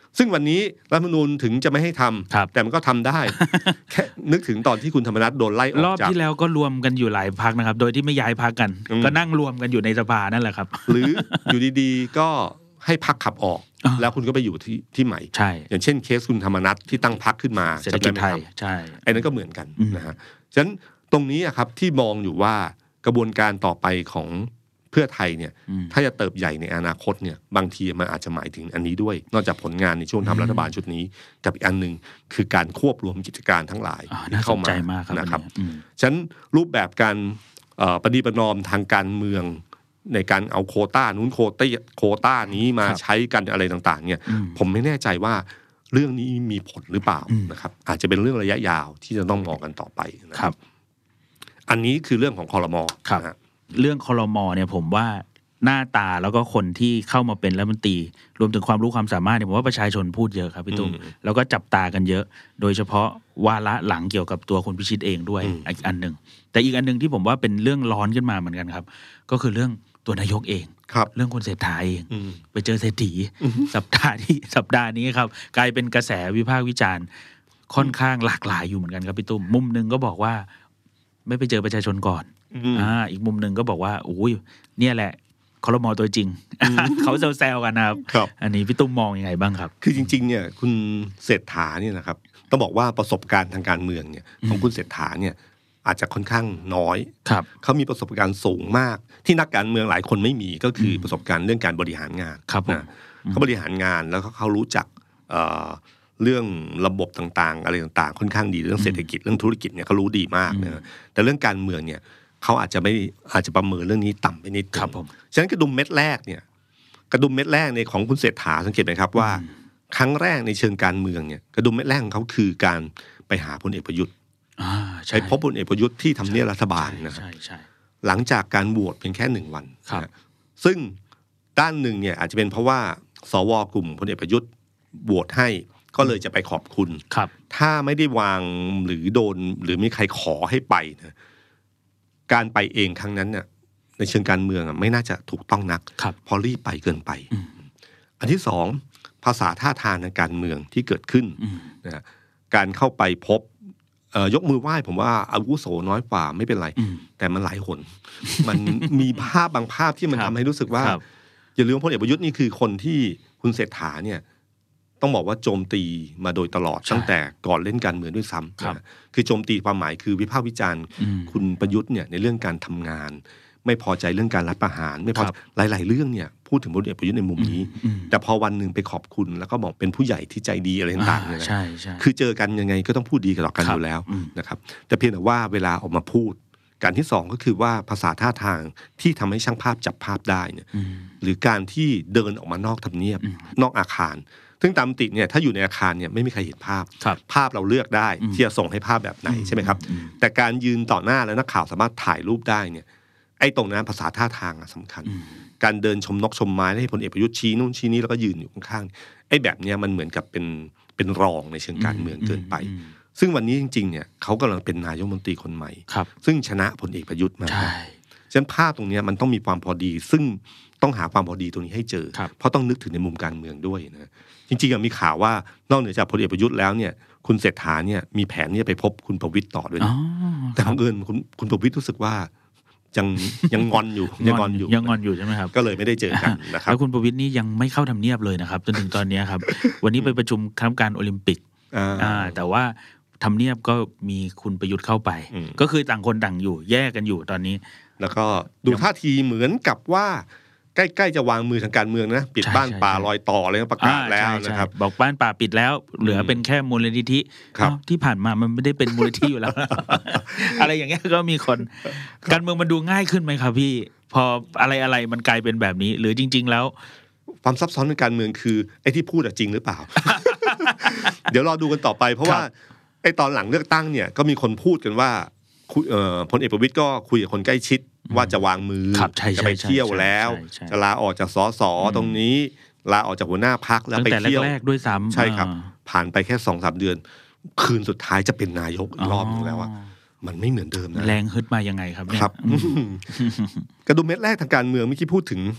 ซึ่งวันนี้รัฐธรรมนูญถึงจะไม่ให้ทำแต่มันก็ทำได้ แค่นึกถึงตอนที่คุณธรรมนัสโดนไล่ออกจากรอบที่แล้วก็รวมกันอยู่หลายพรรคนะครับโดยที่ไม่ย้ายพรรคกันก็นั่งรวมกันอยู่ในสภานั่นแหละครับหรืออยู่ดีๆก็ให้พรรคขับออกแล้วคุณก็ไปอยู่ที่ที่ใหม่อย่างเช่นเคสคุณธรรมนัสที่ตั้งพรรคขึ้นมาเศรษฐกิจไทยใช่ไอ้นั้นก็เหมือนกันนะฮะฉะนั้นตรงนี้ครับที่มองอยู่ว่ากระบวนการต่อไปของเพื่อไทยเนี่ยถ้าจะเติบใหญ่ในอนาคตเนี่ยบางทีมันอาจจะหมายถึงอันนี้ด้วยนอกจากผลงานในช่วงทำรัฐบาลชุดนี้กับอีกอันนึงคือการควบรวมกิจการทั้งหลายเข้ามานะครับฉะนั้นรูปแบบการปฏิบัตินอมทางการเมืองในการเอาโควต้านู้นโควต้าโควต้านี้มาใช้กันอะไรต่างๆเนี่ยผมไม่แน่ใจว่าเรื่องนี้มีผลหรือเปล่านะครับอาจจะเป็นเรื่องระยะยาวที่จะต้องมองกันต่อไปนะครับอันนี้คือเรื่องของครม. นะเรื่องครม.เนี่ยผมว่าหน้าตาแล้วก็คนที่เข้ามาเป็นรัฐมนตรีรวมถึงความรู้ความสามารถเนี่ยผมว่าประชาชนพูดเยอะครับพี่ตุ้มแล้วก็จับตากันเยอะโดยเฉพาะวาระหลังเกี่ยวกับตัวคุณพิชิตเองด้วยอีกอันหนึ่งแต่อีกอันหนึ่งที่ผมว่าเป็นเรื่องร้อนขึ้นมาเหมือนกันครับก็คือเรื่องตัวนายกเองเรื่องคนเศรษฐาเองไปเจอเศรษฐีสัปดาห์ที่สัปดาห์นี้ครับกลายเป็นกระแสวิพากษ์วิจารณ์ค่อนข้างหลากหลายอยู่เหมือนกันครับพี่ตุ้มมุมนึงก็บอกว่าไม่ไปเจอประชาชนก่อนอ่าอีกมุมนึงก็บอกว่าโอ้ยเนี่ยแหละครม.ตัวจริง เขาแซวๆกันนะครับอันนี้พี่ตุ้มมองยังไงบ้างครับคือจริงๆเนี่ยคุณเศรษฐาเนี่ยนะครับต้องบอกว่าประสบการณ์ทางการเมืองเนี่ยของคุณเศรษฐาเนี่ยอาจจะค่อนข้างน้อยเขามีประสบการณ์สูงมากที่นักการเมืองหลายคนไม่มีก็คือประสบการณ์เรื่องการบริหารงานนะเขาบริหารงานแล้วเขารู้จักเรื่องระบบต่างๆอะไรต่างๆค่อนข้างดีเรื่องเศรษฐกิจเรื่องธุรกิจเนี่ยเขารู้ดีมากนะแต่เรื่องการเมืองเนี่ยเขาอาจจะไม่อาจจะประเมินเรื่องนี้ต่ำไปนิดนึงฉะนั้นกระดุมเม็ดแรกเนี่ยกระดุมเม็ดแรกในของคุณเศรษฐาสังเกตไหมครับว่าครั้งแรกในเชิงการเมืองเนี่ยกระดุมเม็ดแรกของเขาคือการไปหาพลเอกประยุทธ์ใช้พบพลเอกประยุทธ์ที่ทำเนียบรัฐบาลนะครับหลังจากการโหวตเพียงแค่หนึ่งวันซึ่งด้านหนึ่งเนี่ยอาจจะเป็นเพราะว่าสวกลุ่มพลเอกประยุทธ์โหวตให้ก็เลยจะไปขอบคุณถ้าไม่ได้วางหรือโดนหรือมีใครขอให้ไปนะการไปเองครั้งนั้นเนี่ยในเชิงการเมืองไม่น่าจะถูกต้องนักพอรีบไปเกินไปอันที่สองภาษาท่าทางทางการเมืองที่เกิดขึ้นนะการเข้าไปพบยกมือไหว้ผมว่าอาวุโสน้อยกว่าไม่เป็นไรแต่มันหลายหนมันมีภาพบางภาพที่มันทำให้รู้สึกว่าอย่าลืมพลเอกประยุทธ์นี่คือคนที่คุณเศรษฐาเนี่ยต้องบอกว่าโจมตีมาโดยตลอดตั้งแต่ก่อนเล่นการเมืองด้วยซ้ำนะคือโจมตีความหมายคือวิพากษ์วิจารณ์คุณประยุทธ์เนี่ยในเรื่องการทำงานไม่พอใจเรื่องการรัฐประหารไม่พอหลายๆเรื่องเนี่ยพูดถึงพลเอกประยุทธ์ในมุมนี้แต่พอวันหนึ่งไปขอบคุณแล้วก็บอกเป็นผู้ใหญ่ที่ใจดีอะไรต่างๆเนี่ยคือเจอกันยังไงก็ต้องพูดดีกับกันอยู่แล้วนะครับแต่เพียงแต่ว่าเวลาออกมาพูดการที่สองก็คือว่าภาษาท่าทางที่ทำให้ช่างภาพจับภาพได้เนี่ยหรือการที่เดินออกมานอกทำเนียบนอกอาคารซึ่งตามติเนี่ยถ้าอยู่ในอาคารเนี่ยไม่มีใครเห็นภาพภาพเราเลือกได้ที่จะส่งให้ภาพแบบไหนใช่ไหมครับแต่การยืนต่อหน้าแล้วนักข่าวสามารถถ่ายรูปได้เนี่ยไอ้ตรงนั้นภาษาท่าทางสำคัญการเดินชมนกชมไม้ให้พลเอกประยุทธ์ชี้นู่นชี้นี้แล้วก็ยืนอยู่ข้างๆไอ้แบบเนี้ยมันเหมือนกับเป็นเป็นรองในเชิงการเมืองเกินไปซึ่งวันนี้จริงๆเนี่ยเขากำลังเป็นนายกรัฐมนตรีคนใหม่ซึ่งชนะพลเอกประยุทธ์มาฉะนั้นภาพตรงนี้มันต้องมีความพอดีซึ่งต้องหาความพอดีตรงนี้ให้เจอเพราะต้องนึกถึงในมุมการเมืองด้วยนะจริงๆมีข่าวว่านอกเหนือจากพลเอกประยุทธ์แล้วเนี่ยคุณเศรษฐาเนี่ยมีแผนที่จะไปพบคุณประวิตรต่อด้วยนะแต่บังเอิญคุณคุณประวิตรรู้สึกว่ายังยังงอนอยู่ยังงอนอยู่ยังงอนอยู่ใช่ไหมครับก็เลยไม่ได้เจอกันนะครับแล้วคุณประวิตรนี่ยังไม่เข้าทำเนียบเลยนะครับจนถึงตอนนี้ครับวันนี้ไปประชุมคณะกรรมการโอลิมปิกอ่าแต่ว่าทำเนียบก็มีคุณประยุทธ์เข้าไปก็คือต่างคนต่างอยู่แยกกันอยู่ตอนนี้แล้วก็ดูท่าทีเหมือนกับว่าใกล้ๆจะวางมือทางการเมืองนะปิดบ้านป่าลอยต่ออะไรประกาศแล้วนะครับบอกบ้านป่าปิดแล้วเหลือเป็นแค่มูลนิธิที่ผ่านมามันไม่ได้เป็นมูลนิธิอยู่แล้ว อะไรอย่างเงี้ยก็มีคนการเมืองมันดูง่ายขึ้นไหมครับพี่พออะไรอะไรมันกลายเป็นแบบนี้หรือจริงๆแล้วความซับซ้อนในการเมืองคือไอ้ที่พูดจริงหรือเปล่า เดี๋ยวรอดูกันต่อไปเพราะว่าไอ้ตอนหลังเลือกตั้งเนี่ยก็มีคนพูดกันว่าพลเอกประวิตรก็คุยกับคนใกล้ชิดว่าจะวางมือจะไปเที่ยวแล้วจะลาออกจากสสตรงนี้ลาออกจากหัวหน้าพรรคแล้วไปเที่ยวแรกๆด้วยซ้ำใช่ครับผ่านไปแค่ สองถึงสาม เดือนคืนสุดท้ายจะเป็นนายกอีกรอบนึงแล้วอ่ะมันไม่เหมือนเดิมนะแรงฮึดมายังไงครับเนี่ยกระดุมเม็ดแรกทางการเมืองเมื่อกี้พูดถึง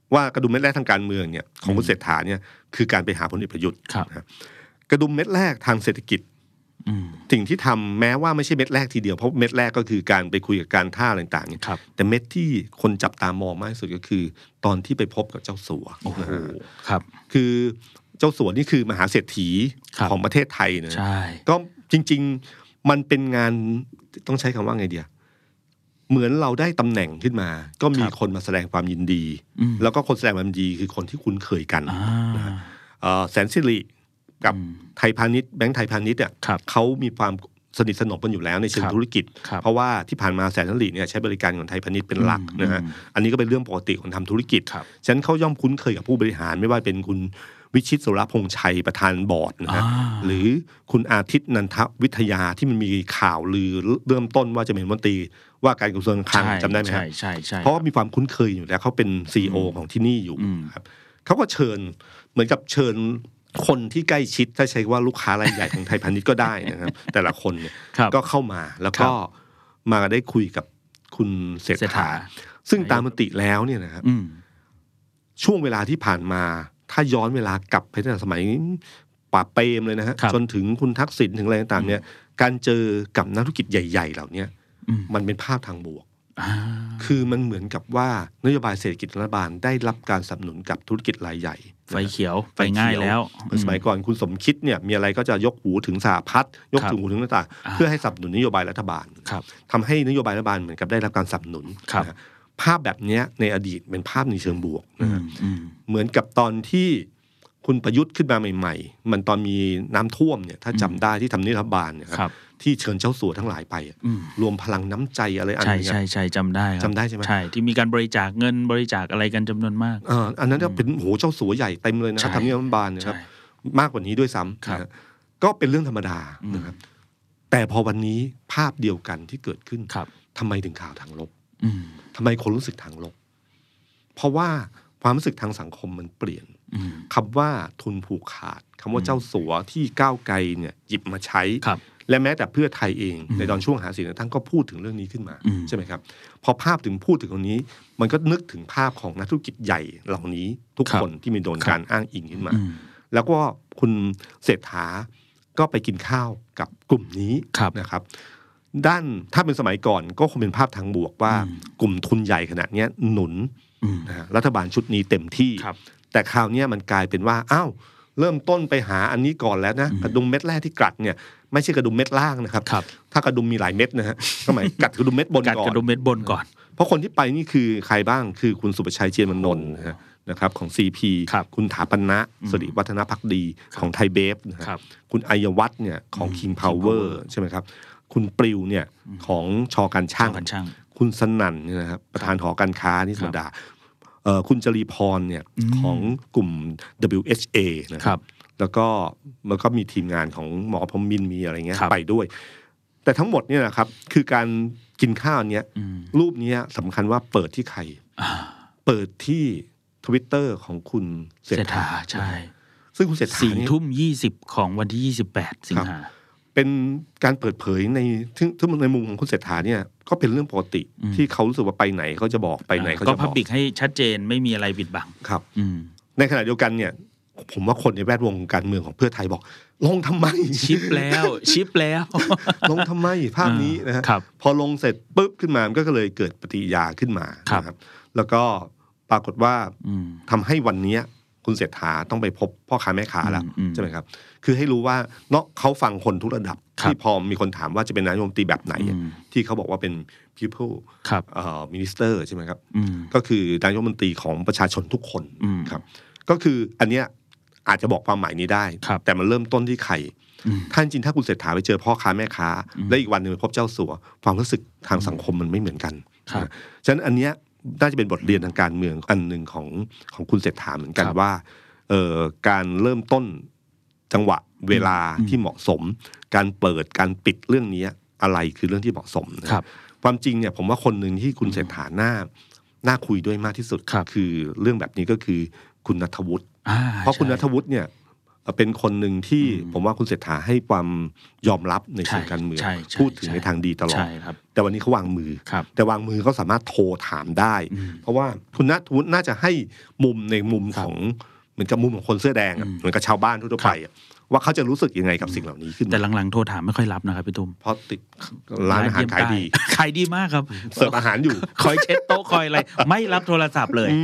ว่ากระดุมเม็ดแรกทางการเมืองเนี่ยของคุณเศรษฐาเนี่ยคือการไปหาพลเอกประยุทธ์กระดุมเม็ดแรกทางเศรษฐกิจสิ่งที่ทำแม้ว่าไม่ใช่เม็ดแรกทีเดียวเพราะเม็ดแรกก็คือการไปคุยกับการท่าอะไรต่างๆแต่เม็ดที่คนจับตามองมากที่สุดก็คือตอนที่ไปพบกับเจ้าสัวครับคือเจ้าสัวนี่คือมหาเศรษฐีของประเทศไทยนะก็จริงๆมันเป็นงานต้องใช้คำว่าไงเดียเหมือนเราได้ตำแหน่งขึ้นมาก็มีคนมาแสดงความยินดีแล้วก็คนแสดงความยินดีคือคนที่คุ้นเคยกันนะแสนสิริกับไทยพาณิชย์แบงก์ไทยพาณิชย์เนี่ยเขามีความสนิทสนมกันอยู่แล้วในเชิงธุรกิจเพราะว่าที่ผ่านมาแสนสิริเนี่ยใช้บริการของไทยพาณิชย์เป็นหลักนะฮะอันนี้ก็เป็นเรื่องปกติของทำธุรกิจฉะนั้นเขาย่อมคุ้นเคยกับผู้บริหารไม่ว่าเป็นคุณวิชิตสุรพงษ์ชัยประธานบอร์ดนะฮะหรือคุณอาทิตย์นันทวิทยาที่มันมีข่าวลือเริ่มต้นว่าจะเป็นรัฐมนตรีว่าการกระทรวงการคลังจำได้ไหมครับใช่ใช่เพราะว่ามีความคุ้นเคยอยู่แล้วเขาเป็น ซี อี โอ ของที่นี่อยู่ครับเขาก็เชิญเหมือนกับเชิญคนที่ใกล้ชิดถ้าใช้ว่าลูกค้ารายใหญ่ของไทยพาณิชย์ก็ได้นะครับแต่ละคนเนี่ยก็เข้ามาแล้วก็มาได้คุยกับคุณเศรษฐาซึ่งตามมติแล้วเนี่ยนะครับช่วงเวลาที่ผ่านมาถ้าย้อนเวลากลับไปตั้งแต่สมัยป่าเปรมเลยนะฮะจนถึงคุณทักษิณถึงอะไรต่างๆเนี่ยการเจอกับนักธุรกิจใหญ่ๆเหล่านี้มันเป็นภาพทางบวกคือมันเหมือนกับว่านโยบายเศรษฐกิจรัฐบาลได้รับการสนับสนุนกับธุรกิจรายใหญ่ไฟเขียวไฟง่ายแล้วสมัยก่อนคุณสมคิดเนี่ยมีอะไรก็จะยกหูถึงสหพัฒน์ยกถึงหูถึงต่างๆเพื่อให้สนับสนุนนโยบายรัฐบาลทำให้นโยบายรัฐบาลเหมือนกับได้รับการสนับสนุนภาพแบบนี้ในอดีตเป็นภาพในเชิงบวกนะเหมือนกับตอนที่คุณประยุทธ์ขึ้นมาใหม่ๆมันตอนมีน้ำท่วมเนี่ยถ้าจำได้ที่ทำเนียบรัฐบาลเนี่ยครับที่เชิญเจ้าสัวทั้งหลายไปรวมพลังน้ำใจอะไรอันนี้ใช่ใช่จำได้จำได้ใช่ไหมใช่ที่มีการบริจาคเงินบริจาคอะไรกันจำนวนมากอ่าอันนั้นก็เป็นโหเจ้าสัวใหญ่เต็มเลยนะครับทำเนียบรัฐบาลนะครับมากกว่านี้ด้วยซ้ำนะก็เป็นเรื่องธรรมดานะครับแต่พอวันนี้ภาพเดียวกันที่เกิดขึ้นทำไมถึงข่าวทางลบทำไมคนรู้สึกทางลบเพราะว่าความรู้สึกทางสังคมมันเปลี่ยนคำว่าทุนผูกขาดคำว่าเจ้าสัวที่ก้าวไกลเนี่ยหยิบมาใช้และแม้แต่เพื่อไทยเองในตอนช่วงหาเสียงท่านก็พูดถึงเรื่องนี้ขึ้นมาใช่ไหมครับพอภาพถึงพูดถึงตรงนี้มันก็นึกถึงภาพของนักธุรกิจใหญ่เหล่านี้ทุกคนที่มีโดนการอ้างอิงขึ้นมาแล้วก็คุณเศรษฐาก็ไปกินข้าวกับกลุ่มนี้นะครับด้านถ้าเป็นสมัยก่อนก็คงเป็นภาพทางบวกว่ากลุ่มทุนใหญ่ขนาดนี้หนุนนะรัฐบาลชุดนี้เต็มที่แต่คราวนี้มันกลายเป็นว่าอ้าวเริ่มต้นไปหาอันนี้ก่อนแล้วนะกระดุมเม็ดแรกที่กัดเนี่ยไม่ใช่กระดุมเม็ดล่างนะครับถ้ากระดุมมีหลายเม็ดนะฮะสมัยกัดกระดุมเม็ดบนก่อนกัดกระดุมเม็ดบนก่อนเพราะคนที่ไปนี่คือใครบ้างคือคุณสุประชัยเจียรมนนท์นะครับของ ซี พี คุณถาปณะสิริวัฒนภักดีของไทยเบฟนะครับคุณอัยวัฒน์เนี่ยของ King Power ใช่ไหมครับคุณปลิวเนี่ยของชอการช่างคุณสนั่นเนี่ยนะครับประธานหอการค้านี่ธรรมดาคุณจรีพรเนี่ยของกลุ่ม ดับเบิลยู เอช เอ นะครับแล้วก็มันก็มีทีมงานของหมอพรหมมินทร์มีอะไรเงี้ยไปด้วยแต่ทั้งหมดเนี่ยนะครับคือการกินข้าวเนี้ยรูปนี้สำคัญว่าเปิดที่ใครเปิดที่ Twitter ของคุณเศรษฐาใช่ซึ่งคุณเศรษฐาสี่ทุ่มยี่สิบของวันที่ยี่สิบแปดสิงหาเป็นการเปิดเผยในซึ่งในมุมของคุณเศรษฐาเนี่ยก็เป็นเรื่องปกติที่เขารู้สึกว่าไปไหนเขาจะบอกไปไหนเขาจะบอกก็พับบิกให้ชัดเจนไม่มีอะไรปิดบังครับในขณะเดียวกันเนี่ยผมว่าคนในแวดวงการเมืองของเพื่อไทยบอกลงทำไมชิปแล้วชิปแล้วลงทำไมภาพนี้นะฮะพอลงเสร็จปุ๊บขึ้นมามันก็เลยเกิดปฏิกิริยาขึ้นมานะครับแล้วก็ปรากฏว่าทำให้วันนี้คุณเศรษฐาต้องไปพบพ่อค้าแม่ค้าแล้วใช่ไหมครับคือให้รู้ว่าเนาะเขาฟังคนทุกระดับที่พอมีคนถามว่าจะเป็นนายกรัฐมนตรีแบบไหนที่เขาบอกว่าเป็น people minister ใช่ไหมครับก็คือนายกรัฐมนตรีของประชาชนทุกคนครับก็คืออันเนี้ยอาจจะบอกความหมายนี้ได้แต่มันเริ่มต้นที่ใครท่านจริงถ้าคุณเศรษฐาไปเจอพ่อค้าแม่ค้าและอีกวันหนึ่งไปพบเจ้าสัวความรู้สึกทางสังคมมันไม่เหมือนกันฉะนั้นอันเนี้ยน่าจะเป็นบทเรียนทางการเมืองอันหนึ่งของของคุณเศรษฐาเหมือนกันว่าเอ่อการเริ่มต้นจังหวะเวลาที่เหมาะสมการเปิดการปิดเรื่องนี้อะไรคือเรื่องที่เหมาะสมนะครับความจริงเนี่ยผมว่าคนหนึ่งที่คุณเศรษฐาน่าน่าคุยด้วยมากที่สุดคือเรื่องแบบนี้ก็คือคุณณัฐวุฒิเพราะคุณณัฐวุฒิเนี่ยเป็นคนหนึ่งที่ผมว่าคุณเศรษฐาให้ความยอมรับในเชิงการเมืองพูดถึงในทางดีตลอดแต่วันนี้เขาวางมือแต่วางมือเขาสามารถโทรถามได้เพราะว่าคุณนัทวุฒิน่าจะให้มุมในมุมของเหมือนกับมุมของคนเสื้อแดงเหมือนกับชาวบ้านทั่วไปว่าเขาจะรู้สึกยังไงกับสิ่งเหล่านี้ขึ้นแต่หลังๆโทรถามไม่ค่อยรับนะครับพี่ตุ้มเพราะติดร้านอาหารขายดีขายดีมากครับเสิร์ฟอาหารอยู่คอยเช็ดโต๊ะคอยอะไรไม่รับโทรศัพท์เลย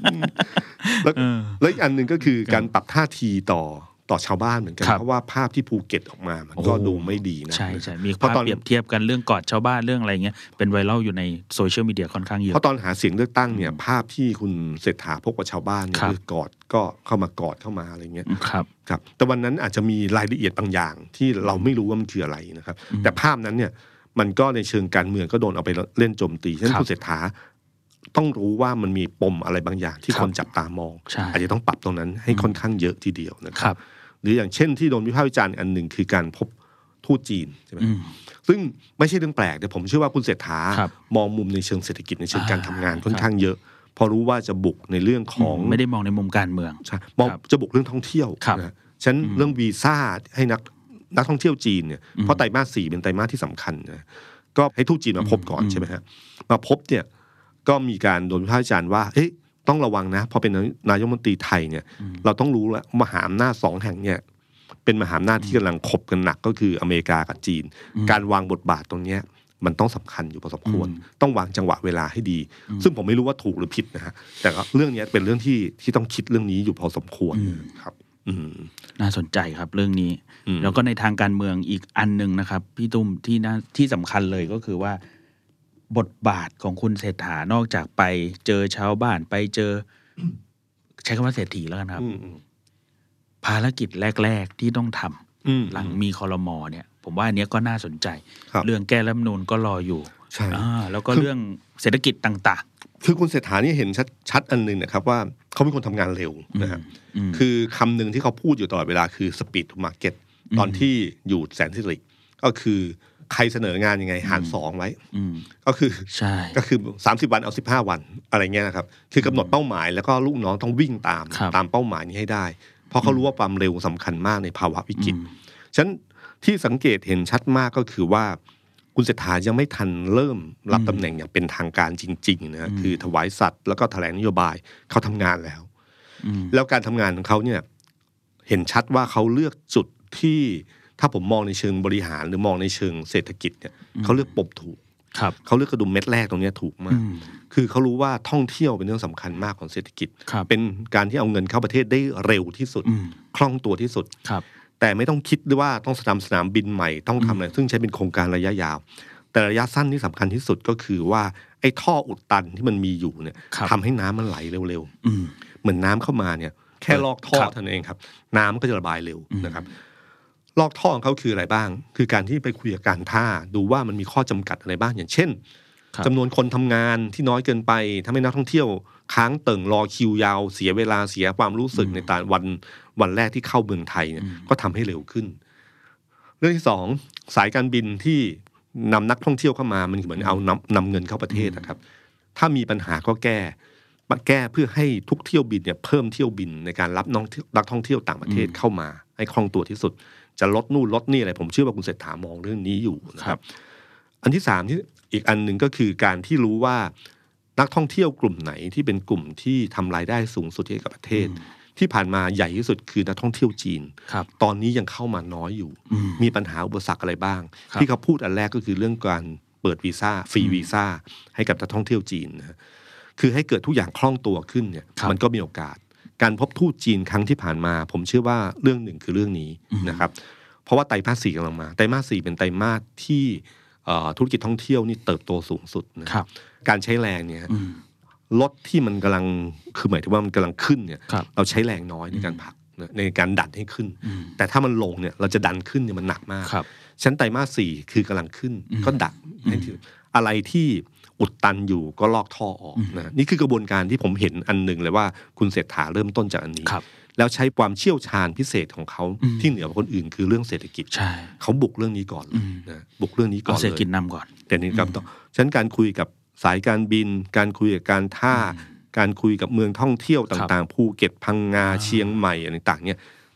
แล้วอีกอันหนึ่งก็คือการปรับท่าทีต่อต่อชาวบ้านเหมือนกันเพราะว่าภาพที่ภูเก็ตออกมามันก็ดูไม่ดีนะใช่ใช่มีภาพเปรียบเทียบกันเรื่องกอดชาวบ้านเรื่องอะไรเงี้ยเป็นไวรัลอยู่ในโซเชียลมีเดียค่อนข้างเยอะเพราะตอนหาเสียงเลือกตั้งเนี่ยภาพที่คุณเศรษฐาพบกับชาวบ้านเนี่ยคือกอดก็เข้ามากอดเข้ามาอะไรเงี้ยครับครับแต่วันนั้นอาจจะมีรายละเอียดบางอย่างที่เราไม่รู้ว่ามันคืออะไรนะครับแต่ภาพนั้นเนี่ยมันก็ในเชิงการเมืองก็โดนเอาไปเล่นโจมตีฉะนั้นคุณเศรษฐาต้องรู้ว่ามันมีปมอะไรบางอย่างที่คนจับตามองอาจจะต้องปรับตรงนั้นให้ค่อนข้างเยอะทีเดียวนะครับหรืออย่างเช่นที่โดนวิพากษ์วิจารณ์อันหนึ่งคือการพบทูตจีนใช่ไหมซึ่งไม่ใช่เรื่องแปลกแต่ผมเชื่อว่าคุณเศรษฐามองมุมในเชิงเศรษฐกิจในเชิงการทำงานค่อนข้างเยอะพอรู้ว่าจะบุกในเรื่องของไม่ได้มองในมุมการเมืองใช่มองจะบุกเรื่องท่องเที่ยวนะฉะนั้นเรื่องวีซ่าให้นักนักท่องเที่ยวจีนเนี่ยเพราะไตรมาสสี่เป็นไตรมาสที่สำคัญนะก็ให้ทูตจีนมาพบก่อนใช่ไหมฮะมาพบเนี่ยก็มีการโดนวิพากษ์วิจารณ์ว่าเอ๊ะต้องระวังนะพอเป็นนายกรัฐมนตรีไทยเนี่ยเราต้องรู้แล้วมหาอำนาจสองแห่งเนี่ยเป็นมหาอำนาจที่กำลังคบกันหนักก็คืออเมริกากับจีนการวางบทบาทตรงนี้มันต้องสำคัญอยู่พอสมควรต้องวางจังหวะเวลาให้ดีซึ่งผมไม่รู้ว่าถูกหรือผิดนะฮะแต่เรื่องนี้เป็นเรื่องที่ที่ต้องคิดเรื่องนี้อยู่พอสมควรครับน่าสนใจครับเรื่องนี้แล้วก็ในทางการเมืองอีกอันนึงนะครับพี่ตุ้มที่น่าที่สำคัญเลยก็คือว่าบทบาทของคุณเศรษฐานอกจากไปเจอชาวบ้านไปเจอใช้คำว่าเศรษฐีแล้วกันครับภารกิจแรกๆที่ต้องทำหลังมีครม.เนี่ยผมว่าอันนี้ก็น่าสนใจเรื่องแก้รัฐธรรมนูญก็รออยู่ใช่แล้วก็เรื่องเศรษฐกิจต่างๆคือคุณเศรษฐานี่เห็นชัดชัดอันนึงนะครับว่าเขาเป็นคนทำงานเร็วนะครับคือคำหนึ่งที่เขาพูดอยู่ตลอดเวลาคือ speed to market ตอนที่อยู่แสนสิริก็คือใครเสนองานยังไงหารสองไว้ก็คือก็คือสามสิบวันเอาสิบห้าวันอะไรเงี้ยนะครับคือกำหนดเป้าหมายแล้วก็ลูกน้องต้องวิ่งตามตามเป้าหมายนี้ให้ได้เพราะเขารู้ว่าความเร็วสำคัญมากในภาวะวิกฤตฉะนั้นที่สังเกตเห็นชัดมากก็คือว่าคุณเศรษฐายังไม่ทันเริ่มรับตำแหน่งอย่างเป็นทางการจริงๆนะคือถวายสัตย์แล้วก็แถลงนโยบายเขาทำงานแล้วแล้วการทำงานของเขาเนี่ยเห็นชัดว่าเขาเลือกจุดที่ถ้าผมมองในเชิงบริหารหรือมองในเชิงเศรษฐกิจเนี่ยเขาเลือกปมถูกเขาเลือกกระดุมเม็ดแรกตรงนี้ถูกมากคือเขารู้ว่าท่องเที่ยวเป็นเรื่องสำคัญมากของเศรษฐกิจเป็นการที่เอาเงินเข้าประเทศได้เร็วที่สุดคล่องตัวที่สุดแต่ไม่ต้องคิดด้วยว่าต้องทำสนามบินใหม่ต้องทำอะไรซึ่งใช้เป็นโครงการระยะยาวแต่ระยะสั้นที่สำคัญที่สุดก็คือว่าไอ้ท่ออุดตันที่มันมีอยู่เนี่ยทำให้น้ำมันไหลเร็วๆเหมือนน้ำเข้ามาเนี่ยแค่ลอกท่อเท่านั้นเองครับน้ำก็จะระบายเร็วนะครับลอกท่อของเขาคืออะไรบ้างคือการที่ไปคุยกับการท่าดูว่ามันมีข้อจำกัดอะไรบ้างอย่างเช่นจำนวนคนทำงานที่น้อยเกินไปทำให้นักท่องเที่ยวค้างเติ่งรอคิวยาวเสียเวลาเสียความรู้สึกในตอนวันวันแรกที่เข้าเมืองไทยเนี่ยก็ทำให้เร็วขึ้นเรื่องที่สองสายการบินที่นำนักท่องเที่ยวเข้ามามันเหมือนเอานำนำเงินเข้าประเทศนะครับถ้ามีปัญหาก็แก้แก้เพื่อให้ทุกเที่ยวบินเนี่ยเพิ่มเที่ยวบินในการรับนักท่องเที่ยวต่างประเทศเข้ามาให้คล่องตัวที่สุดจะลดนู่นลดนี่อะไรผมเชื่อว่าคุณเศรษฐามองเรื่องนี้อยู่นะครับอันที่สามที่อีกอันหนึ่งก็คือการที่รู้ว่านักท่องเที่ยวกลุ่มไหนที่เป็นกลุ่มที่ทำรายได้สูงสุดให้กับประเทศที่ผ่านมาใหญ่ที่สุดคือนักท่องเที่ยวจีนตอนนี้ยังเข้ามาน้อยอยู่มีปัญหาอุปสรรคอะไรบ้างที่เขาพูดอันแรกก็คือเรื่องการเปิดวีซ่าฟรีวีซ่าให้กับนักท่องเที่ยวจีนนะคือให้เกิดทุกอย่างคล่องตัวขึ้นเนี่ยมันก็มีโอกาสการพบทูตจีนครั้งที่ผ่านมาผมเชื่อว่าเรื่องหนึ่งคือเรื่องนี้นะครับเพราะว่าไตรมาสสี่กำลังมาไตรมาสสี่เป็นไตรมาสที่ธุรกิจท่องเที่ยวนี่เติบโตสูงสุดนะครับการใช้แรงเนี่ยรถที่มันกำลังคือหมายถึงว่ามันกำลังขึ้นเนี่ยเราใช้แรงน้อยในการผลักในการดันให้ขึ้นแต่ถ้ามันลงเนี่ยเราจะดันขึ้นเนี่ยมันหนักมากชั้นไตรมาสสี่คือกำลังขึ้นก็ดักให้ถืออะไรที่อุดตันอยู่ก็ลอกท่อออกนะนี่คือกระบวนการที่ผมเห็นอันหนึ่งเลยว่าคุณเศรษฐาเริ่มต้นจากอันนี้แล้วใช้ความเชี่ยวชาญพิเศษของเขาที่เหนือกว่าคนอื่นคือเรื่องเศรษฐกิจเขาบุกเรื่องนี้ก่อนนะบุกเรื่องนี้ก่อนเลยเศรษฐกิจนำก่อนแต่นี่ครับฉะนั้นการคุยกับสายการบินการคุยกับการท่าการคุยกับเมืองท่องเที่ยวต่างๆภูเก็ตพังงาเชียงใหม่อะไรต่างๆเนี่ย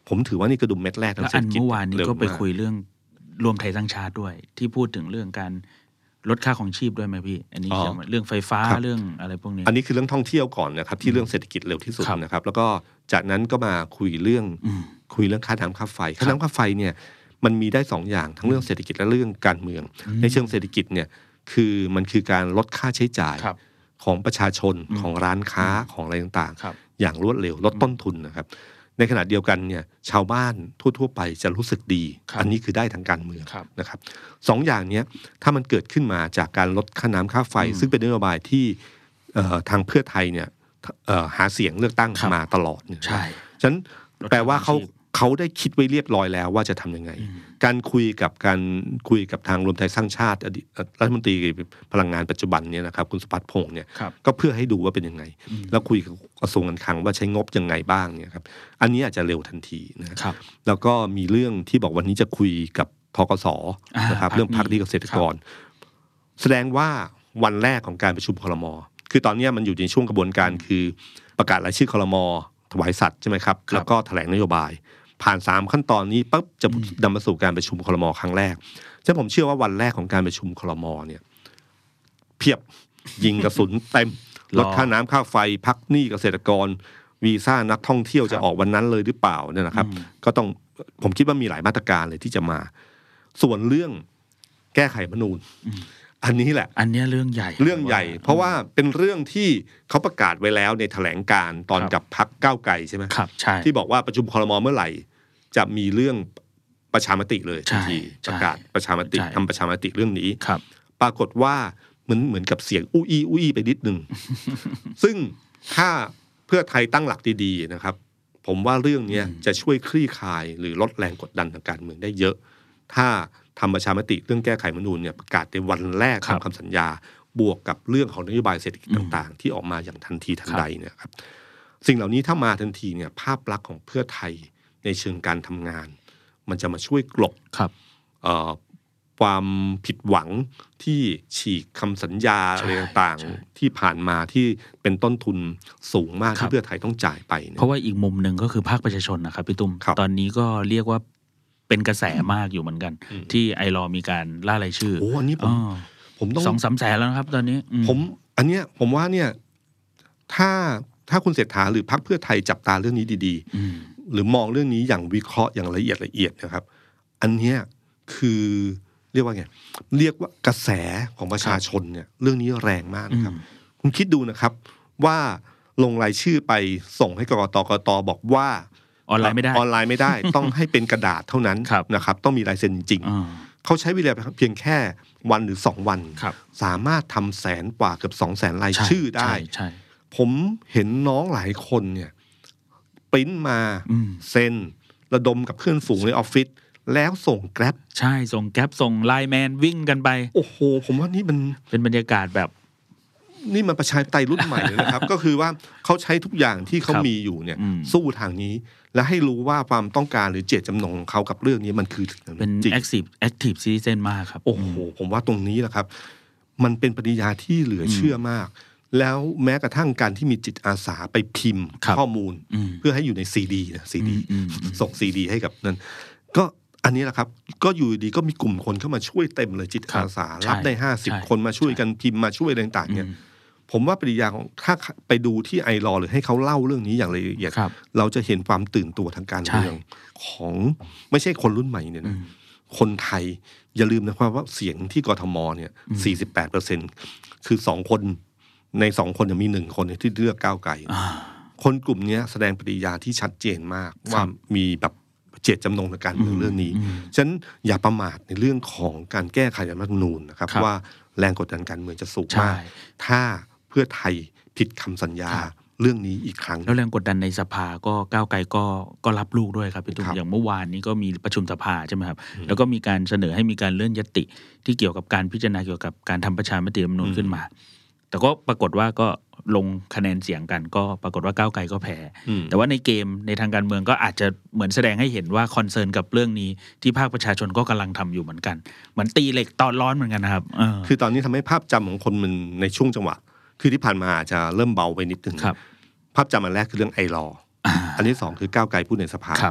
ผมถือว่านี่กระดุมเม็ดแรกทางเศรษฐกิจเมื่อวานนี้ก็ไปคุยเรื่องรวมไทยสร้างชาติด้วยที่พูดถึงเรื่องการลดค่าของชีพด้วยไหมพี่อันนี้เรื่องไฟฟ้าเรื่องอะไรพวกนี้อันนี้คือเรื่องท่องเที่ยวก่อนนะครับที่เรื่องเศรษฐกิจเร็วที่สุดนะครับแล้วก็จากนั้นก็มาคุยเรื่องคุยเรื่องค่าน้ำค่าไฟค่าน้ำค่าไฟเนี่ยมันมีได้สองอย่างทั้งเรื่องเศรษฐกิจและเรื่องการเมืองในเชิงเศรษฐกิจเนี่ยคือมันคือการลดค่าใช้จ่ายของประชาชนของร้านค้าของอะไรต่างๆอย่างรวดเร็วลดต้นทุนนะครับในขณะเดียวกันเนี่ยชาวบ้านทั่วๆไปจะรู้สึกดีอันนี้คือได้ทางการเมืองนะครับสองอย่างนี้ถ้ามันเกิดขึ้นมาจากการลดค่าน้ำค่าไฟซึ่งเป็นนโยบายที่ทางเพื่อไทยเนี่ยหาเสียงเลือกตั้งมาตลอดใช่ฉะนั้นแปลว่าเขาเขาได้คิดไว้เรียบร้อยแล้วว่าจะทำยังไงการคุยกับการคุยกับทางรวมไทยสร้างชาติรัฐมนตรีพลังงานปัจจุบันเนี่ยนะครับคุณสุพัฒน์พงษ์เนี่ยก็เพื่อให้ดูว่าเป็นยังไงแล้วคุยกับกระทรวงการคลังว่าใช้งบยังไงบ้างเนี่ยครับอันนี้อาจจะเร็วทันทีนะครับแล้วก็มีเรื่องที่บอกวันนี้จะคุยกับธกสนะครับเรื่องภาคที่เกษตรกรแสดงว่าวันแรกของการประชุมครม.คือตอนนี้มันอยู่ในช่วงกระบวนการคือประกาศรายชื่อครม.ถวายสัตย์ใช่ไหมครับแล้วก็แถลงนโยบายผ่านสามขั้นตอนนี้ปั๊บจะนำมาสู่การประชุมครม.ครั้งแรกฉะนั้นผมเชื่อว่าวันแรกของการประชุมครม.เนี่ยเพียบยิงกระสุนเต็มลดค่าน้ำค่าไฟพักหนี้เกษตรกรวีซ่านักท่องเที่ยวจะออกวันนั้นเลยหรือเปล่าเนี่ยนะครับก็ต้องผมคิดว่ามีหลายมาตรการเลยที่จะมาส่วนเรื่องแก้ไขรัฐธรรมนูญอันนี้แหละอันนี้เรื่องใหญ่เรื่องใหญ่เพราะว่าเป็นเรื่องที่เขาประกาศไว้แล้วในแถลงการตอนกับพรรคก้าวไกลใช่ไหมครับใช่ที่บอกว่าประชุมครม.เมื่อไหร่จะมีเรื่องประชามติเลยทันทีประกาศประชามติทำประชามติเรื่องนี้ปรากฏว่าเหมือนเหมือนกับเสียงอุ้ยอุ้ยไปนิดนึง ซึ่งถ้าเพื่อไทยตั้งหลักดีๆนะครับผมว่าเรื่องนี้จะช่วยคลี่คลายหรือลดแรงกดดันทางการเมืองได้เยอะถ้าทำประชามติเรื่องแก้ไขรัฐธรรมนูญเนี่ยประกาศในวันแรกทำคำสัญญาบวกกับเรื่องของนโยบายเศรษฐกิจต่างๆที่ออกมาอย่างทันทีทันใดเนี่ยครับสิ่งเหล่านี้ถ้ามาทันทีเนี่ยภาพลักษณ์ของเพื่อไทยในเชิงการทำงานมันจะมาช่วยกลบความผิดหวังที่ฉีกคำสัญญาอะไรต่างๆที่ผ่านมาที่เป็นต้นทุนสูงมากที่เพื่อไทยต้องจ่ายไปเพราะว่าอีกมุมหนึ่งก็คือภาคประชาชนนะครับพี่ตุ้มตอนนี้ก็เรียกว่าเป็นกระแสมากอยู่เหมือนกันที่ไอรอมีการล่ารายชื่อโอ้อันนี้ผมผมต้องสองสามแสนแล้วนะครับตอนนี้ผมอันเนี้ยผมว่าเนี่ยถ้าถ้าคุณเศรษฐาหรือพรรคเพื่อไทยจับตาเรื่องนี้ดีๆหรือมองเรื่องนี้อย่างวิเคราะห์อย่างละเอียดละเอียดนะครับอันเนี้ยคือเรียกว่าไงเรียกว่ากระแสของประชาชนเนี่ยเรื่องนี้แรงมากนะครับคุณคิดดูนะครับว่าลงรายชื่อไปส่งให้กกต.กกต.บอกว่าออนไลน์ไม่ได้ออนไลน์ไม่ได้ ต้องให้เป็นกระดาษเท่านั้นนะครับต้องมีลายเซ็นจริงเขาใช้เวลาเพียงแค่วันหรือสองวันสามารถทำแสนกว่าเกือบสองแสนรายชื่อได้ผมเห็นน้องหลายคนเนี่ยปริ้นมาเซ็นระดมกับเพื่อนฝูงในออฟฟิศแล้วส่งแกร็บใช่ส่งแกร็บส่งไลน์แมนวิ่งกันไปโอ้โหผมว่านี่มันเป็นบรรยากาศแบบนี่มันประชาธิปไตยรุ่นใหม่เลยนะครับ ก็คือว่าเขาใช้ทุกอย่างที่เขามีอยู่เนี่ยสู้ทางนี้และให้รู้ว่าความต้องการหรือเจตจำนงของเขากับเรื่องนี้มันคือเป็น active active citizen มากครับโอ้โหผมว่าตรงนี้แหละครับมันเป็นปฏิญาที่เหลือเชื่อมากแล้วแม้กระทั่งการที่มีจิตอาสาไปพิมพ์ข้อมูลเพื่อให้อยู่ในซีดีนะซีดีส่งซีดีให้กับนั้นก็อันนี้แหละครับก็อยู่ดีก็มีกลุ่มคนเข้ามาช่วยเต็มเลยจิตอาสารับได้ห้าสิบคนมาช่วยกันพิมพ์มาช่วยอะไรต่างๆเนี่ยผมว่าปริยาของถ้าไปดูที่ไอรอหรือให้เขาเล่าเรื่องนี้อย่างละเอียดเราจะเห็นความตื่นตัวทางการเมืองของไม่ใช่คนรุ่นใหม่เนี่ยนะคนไทยอย่าลืมนะครับว่าเสียงที่กทมเนี่ย สี่สิบแปดเปอร์เซ็นต์ คือสองคนในสองคนจะมีหนึ่งคนที่เลือกก้าวไกลคนกลุ่มนี้แสดงปฏิกิริยาที่ชัดเจนมากว่ามีแบบเจตจำนงในการเมืองเรื่องนี้ฉะนั้นอย่าประมาทในเรื่องของการแก้ไขรัฐธรรมนูญนะครับว่าแรงกดดันการเมืองจะสูงมากถ้าเพื่อไทยผิดคำสัญญาเรื่องนี้อีกครั้งแล้วแรงกดดันในสภาก็ก้าวไกลก็ก็รับลูกด้วยครับพี่ตุ้มอย่างเมื่อวานนี้ก็มีประชุมสภาใช่ไหมครับแล้วก็มีการเสนอให้มีการเลื่อนญัตติที่เกี่ยวกับการพิจารณาเกี่ยวกับการทำประชามติรัฐธรรมนูญขึ้นมาแต่ก็ปรากฏว่าก็ลงคะแนนเสียงกันก็ปรากฏว่าก้าวไกลก็แพ้แต่ว่าในเกมในทางการเมืองก็อาจจะเหมือนแสดงให้เห็นว่าคอนเซิร์นกับเรื่องนี้ที่ภาคประชาชนก็กำลังทำอยู่เหมือนกันเหมือนตีเหล็กตอนร้อนเหมือนกันนะครับคือตอนนี้ทำให้ภาพจำของคนมันในช่วงจังหวะคือที่ผ่านมาอาจจะเริ่มเบาไปนิดนึงภาพจำอันแรกคือเรื่องไอรออันที่สองคือก้าวไกลพูดในสภา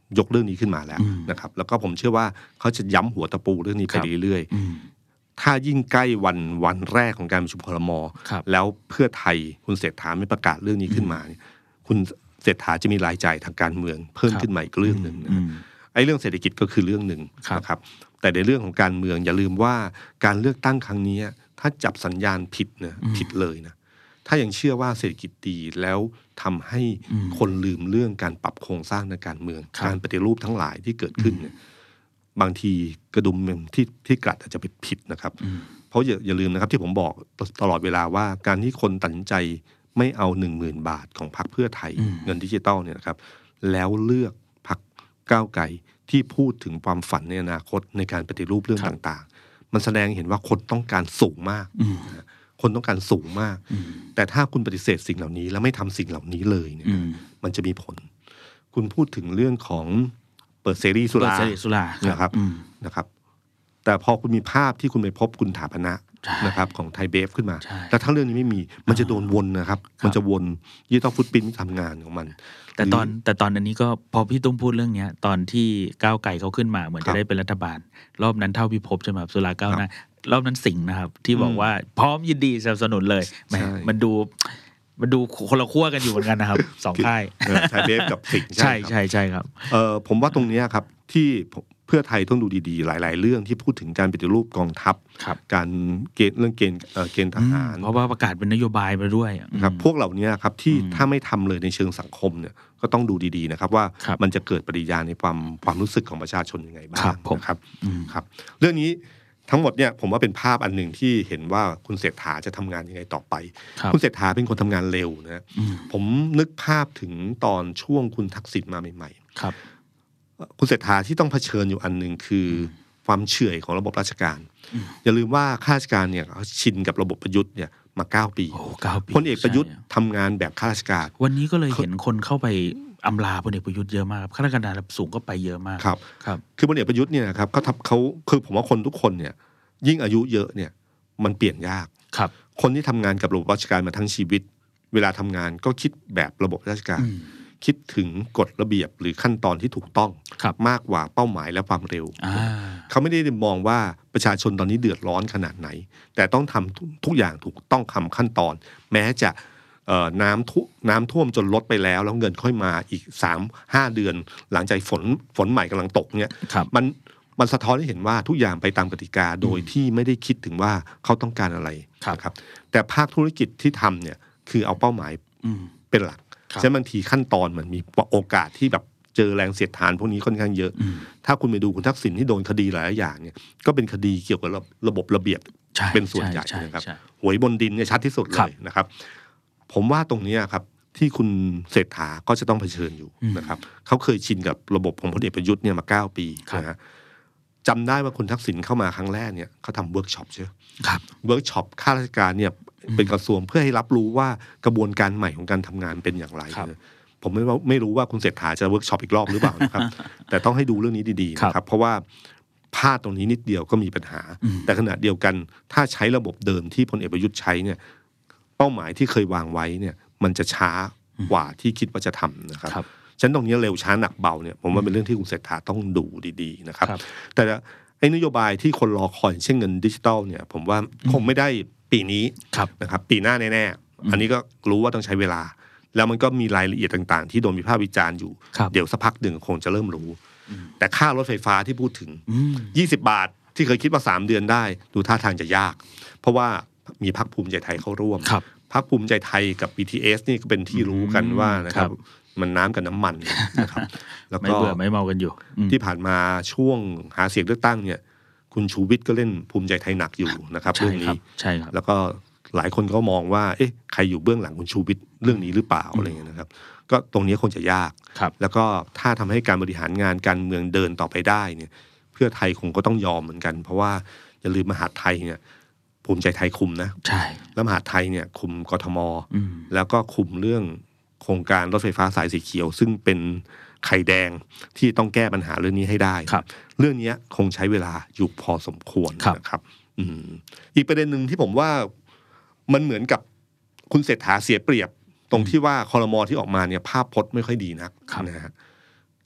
ยกเรื่องนี้ขึ้นมาแล้วนะครับแล้วก็ผมเชื่อว่าเขาจะย้ำหัวตะปูเรื่องนี้ไปเรื่อยๆถ้ายิ่งใกล้วันวันแรกของการประชุมครม.แล้วเพื่อไทยคุณเศรษฐาไม่ประกาศเรื่องนี้ขึ้นมาคุณเศรษฐาจะมีรายจ่ายทางการเมืองเพิ่มขึ้นมาอีกเรื่องนึงนะไอ้เรื่องเศรษฐกิจก็คือเรื่องนึงนะครับแต่ในเรื่องของการเมืองอย่าลืมว่าการเลือกตั้งครั้งนี้ถ้าจับสัญญาณผิดนะผิดเลยนะถ้ายังเชื่อว่าเศรษฐกิจดีแล้วทำให้คนลืมเรื่องการปรับโครงสร้างในการเมืองการปฏิรูปทั้งหลายที่เกิดขึ้นเนี่ยบางทีกระดุมที่ที่กลัดอาจจะไปผิดนะครับเพราะอย่าอย่าลืมนะครับที่ผมบอกตลอดเวลาว่าการที่คนตัดสินใจไม่เอาหนึ่งหมื่นบาทของพรรคเพื่อไทยเงินดิจิตอลเนี่ยนะครับแล้วเลือกพรรคก้าวไกลที่พูดถึงความฝันในอนาคตในการปฏิรูปเรื่องต่างๆมันแสดงเห็นว่าคนต้องการสูงมากคนต้องการสูงมากแต่ถ้าคุณปฏิเสธสิ่งเหล่านี้แล้วไม่ทำสิ่งเหล่านี้เลยเนี่ยมันจะมีผลคุณพูดถึงเรื่องของเปิดเสรีสุรานะครับนะครับแต่พอคุณมีภาพที่คุณไปพบคุณถาปนะนะครับของไทยเบฟขึ้นมาแต่ถ้าเรื่องนี้ไม่มีมันจะโดนวนนะครับมันจะวนยี่ต้องฟุตปิ้นทำงานของมันแต่ตอนแต่ตอนอันนี้ก็พอพี่ตุ้มพูดเรื่องนี้ตอนที่ก้าวไกลเขาขึ้นมาเหมือนจะได้เป็นรัฐบาลรอบนั้นเท่าพี่พบใช่ไหมสุราก้าวหน้ารอบนั้นสิงห์นะครับที่บอกว่าพร้อมยินดีสนับสนุนเลยแหมมันดูมันดูคนละขั้วกันอยู่เหมือนกันนะครับสองค่ายไทยเบฟกับสิงห์ใช่ใช่ใช่ครับเออผมว่าตรงนี้ครับที่เพื่อไทยต้องดูดีๆหลายๆเรื่องที่พูดถึงการปฏิรูปกองทัพการเกณฑ์เรื่องเกณฑ์เกณฑ์ทหารเพราะว่าประกาศเป็นนโยบายไปด้วยครับพวกเหล่านี้ครับที่ถ้าไม่ทำเลยในเชิงสังคมเนี่ยก็ต้องดูดีๆนะครับว่ามันจะเกิดปฏิกิริยาในความความรู้สึกของประชาชนยังไงบ้างนะครับครับเรื่องนี้ทั้งหมดเนี่ยผมว่าเป็นภาพอันหนึ่งที่เห็นว่าคุณเศรษฐาจะทำงานยังไงต่อไปคุณเศรษฐาเป็นคนทำงานเร็วนะผมนึกภาพถึงตอนช่วงคุณทักษิณมาใหม่ๆครับคุณเศรษฐาที่ต้องเผชิญอยู่อันหนึ่งคือความเฉื่อยของระบบราชการอย่าลืมว่าข้าราชการเนี่ยเขาชินกับระบบประยุทธ์เนี่ยมาเก้าปีพลเอกประยุทธ์ทำงานแบบข้าราชการวันนี้ก็เลยเห็นคนเข้าไปอำลาพลเอกประยุทธ์เยอะมากข้าราชการระดับสูงก็ไปเยอะมากครับครับคือพลเอกประยุทธ์เนี่ยครับเขาทำเขาคือผมว่าคนทุกคนเนี่ยยิ่งอายุเยอะเนี่ยมันเปลี่ยนยากครับคนที่ทำงานกับระบบราชการมาทั้งชีวิตเวลาทำงานก็คิดแบบระบบราชการคิดถึงกฎระเบียบหรือขั้นตอนที่ถูกต้องมากกว่าเป้าหมายและความเร็วเขาไม่ได้มองว่าประชาชนตอนนี้เดือดร้อนขนาดไหนแต่ต้องทำทุกอย่างถูกต้องทำขั้นตอนแม้จะน้ำท่วมน้ำท่วมจนลดไปแล้วแล้วเงินค่อยมาอีก สามถึงห้า เดือนหลังจากฝนฝนใหม่กำลังตกเนี่ยมันมันสะท้อนให้เห็นว่าทุกอย่างไปตามกติกาโดยที่ไม่ได้คิดถึงว่าเขาต้องการอะไรครับแต่ภาคธุรกิจที่ทำเนี่ยคือเอาเป้าหมายเป็นหลักฉะนั้นบางทีขั้นตอนมันมีโอกาสที่แบบเจอแรงเสียดทานพวกนี้ค่อนข้างเยอะถ้าคุณไปดูคุณทักษิณที่โดนคดีหลายอย่างเนี่ยก็เป็นคดีเกี่ยวกับระบบระเบียบเป็นส่วนใหญ่นะครับหวยบนดินเนี่ยชัดที่สุดเลยนะครับผมว่าตรงนี้ครับที่คุณเศรษฐาก็จะต้องเผชิญอยู่นะครับเขาเคยชินกับระบบของพลเอกประยุทธ์เนี่ยมาเก้าปีนะฮะจำได้ว่าคุณทักษิณเข้ามาครั้งแรกเนี่ยเขาทำเวิร์กช็อปใช่ไหมเวิร์กช็อปข้าราชการเนี่ยเป็นกระทรวงเพื่อให้รับรู้ว่ากระบวนการใหม่ของการทำงานเป็นอย่างไรผมไม่ไม่รู้ว่าคุณเศรษฐาจะเวิร์กช็อปอีกรอบหรือเปล่านะครับแต่ต้องให้ดูเรื่องนี้ดีๆนะครับเพราะว่าพลาดตรงนี้นิดเดียวก็มีปัญหาแต่ขณะเดียวกันถ้าใช้ระบบเดิมที่พลเอกประยุทธ์ใช้เนี่ยเป้าหมายที่เคยวางไว้เนี่ยมันจะช้ากว่าที่คิดว่าจะทำนะครับฉะนั้นตรงนี้เร็วช้าหนักเบาเนี่ยผมว่าเป็นเรื่องที่คุณเศรษฐาต้องดูดีๆนะครับแต่ไอ้นโยบายที่คนรอคอยเช่นเงินดิจิทัลเนี่ยผมว่าคงไม่ได้ปีนี้นะครับปีหน้าแน่ๆอันนี้ก็รู้ว่าต้องใช้เวลาแล้วมันก็มีรายละเอียดต่างๆที่โดนวิพากษ์วิจารณ์อยู่เดี๋ยวสักพักหนึ่งคงจะเริ่มรู้แต่ค่ารถไฟฟ้าที่พูดถึงยี่สิบบาทที่เคยคิดว่าสามเดือนได้ดูท่าทางจะยากเพราะว่ามีพรรคภูมิใจไทยเข้าร่วมพรรคภูมิใจไทยกับ บี ที เอส นี่ก็เป็นที่รู้กันว่านะครับมันน้ำกับน้ำมันนะครับแล้วก็ไม่เบื่อไม่เมากันอยู่ที่ผ่านมาช่วงหาเสียงเลือกตั้งเนี่ยคุณชูวิทย์ก็เล่นภูมิใจไทยหนักอยู่นะครับเรื่องนี้ใช่ครับแล้วก็หลายคนก็มองว่าเอ๊ะใครอยู่เบื้องหลังคุณชูวิทย์เรื่องนี้หรือเปล่าอะไรเงี้ยนะครับก็ตรงนี้คงจะยากแล้วก็ถ้าทำให้การบริหารงานการเมืองเดินต่อไปได้เนี่ยเพื่อไทยคงก็ต้องยอมเหมือนกันเพราะว่าอย่าลืมมหาดไทยเนี่ยภูมิใจไทยคุมนะใช่แล้วมหาดไทยเนี่ยคุมกทมแล้วก็คุมเรื่องโครงการรถไฟฟ้าสายสีเขียวซึ่งเป็นไข่แดงที่ต้องแก้ปัญหาเรื่องนี้ให้ได้เรื่องนี้คงใช้เวลาอยู่พอสมควรนะครับอีกประเด็นหนึ่งที่ผมว่ามันเหมือนกับคุณเศรษฐาเสียเปรียบตรงที่ว่าครม.ที่ออกมาเนี่ยภาพพจน์ไม่ค่อยดีนักนะฮะ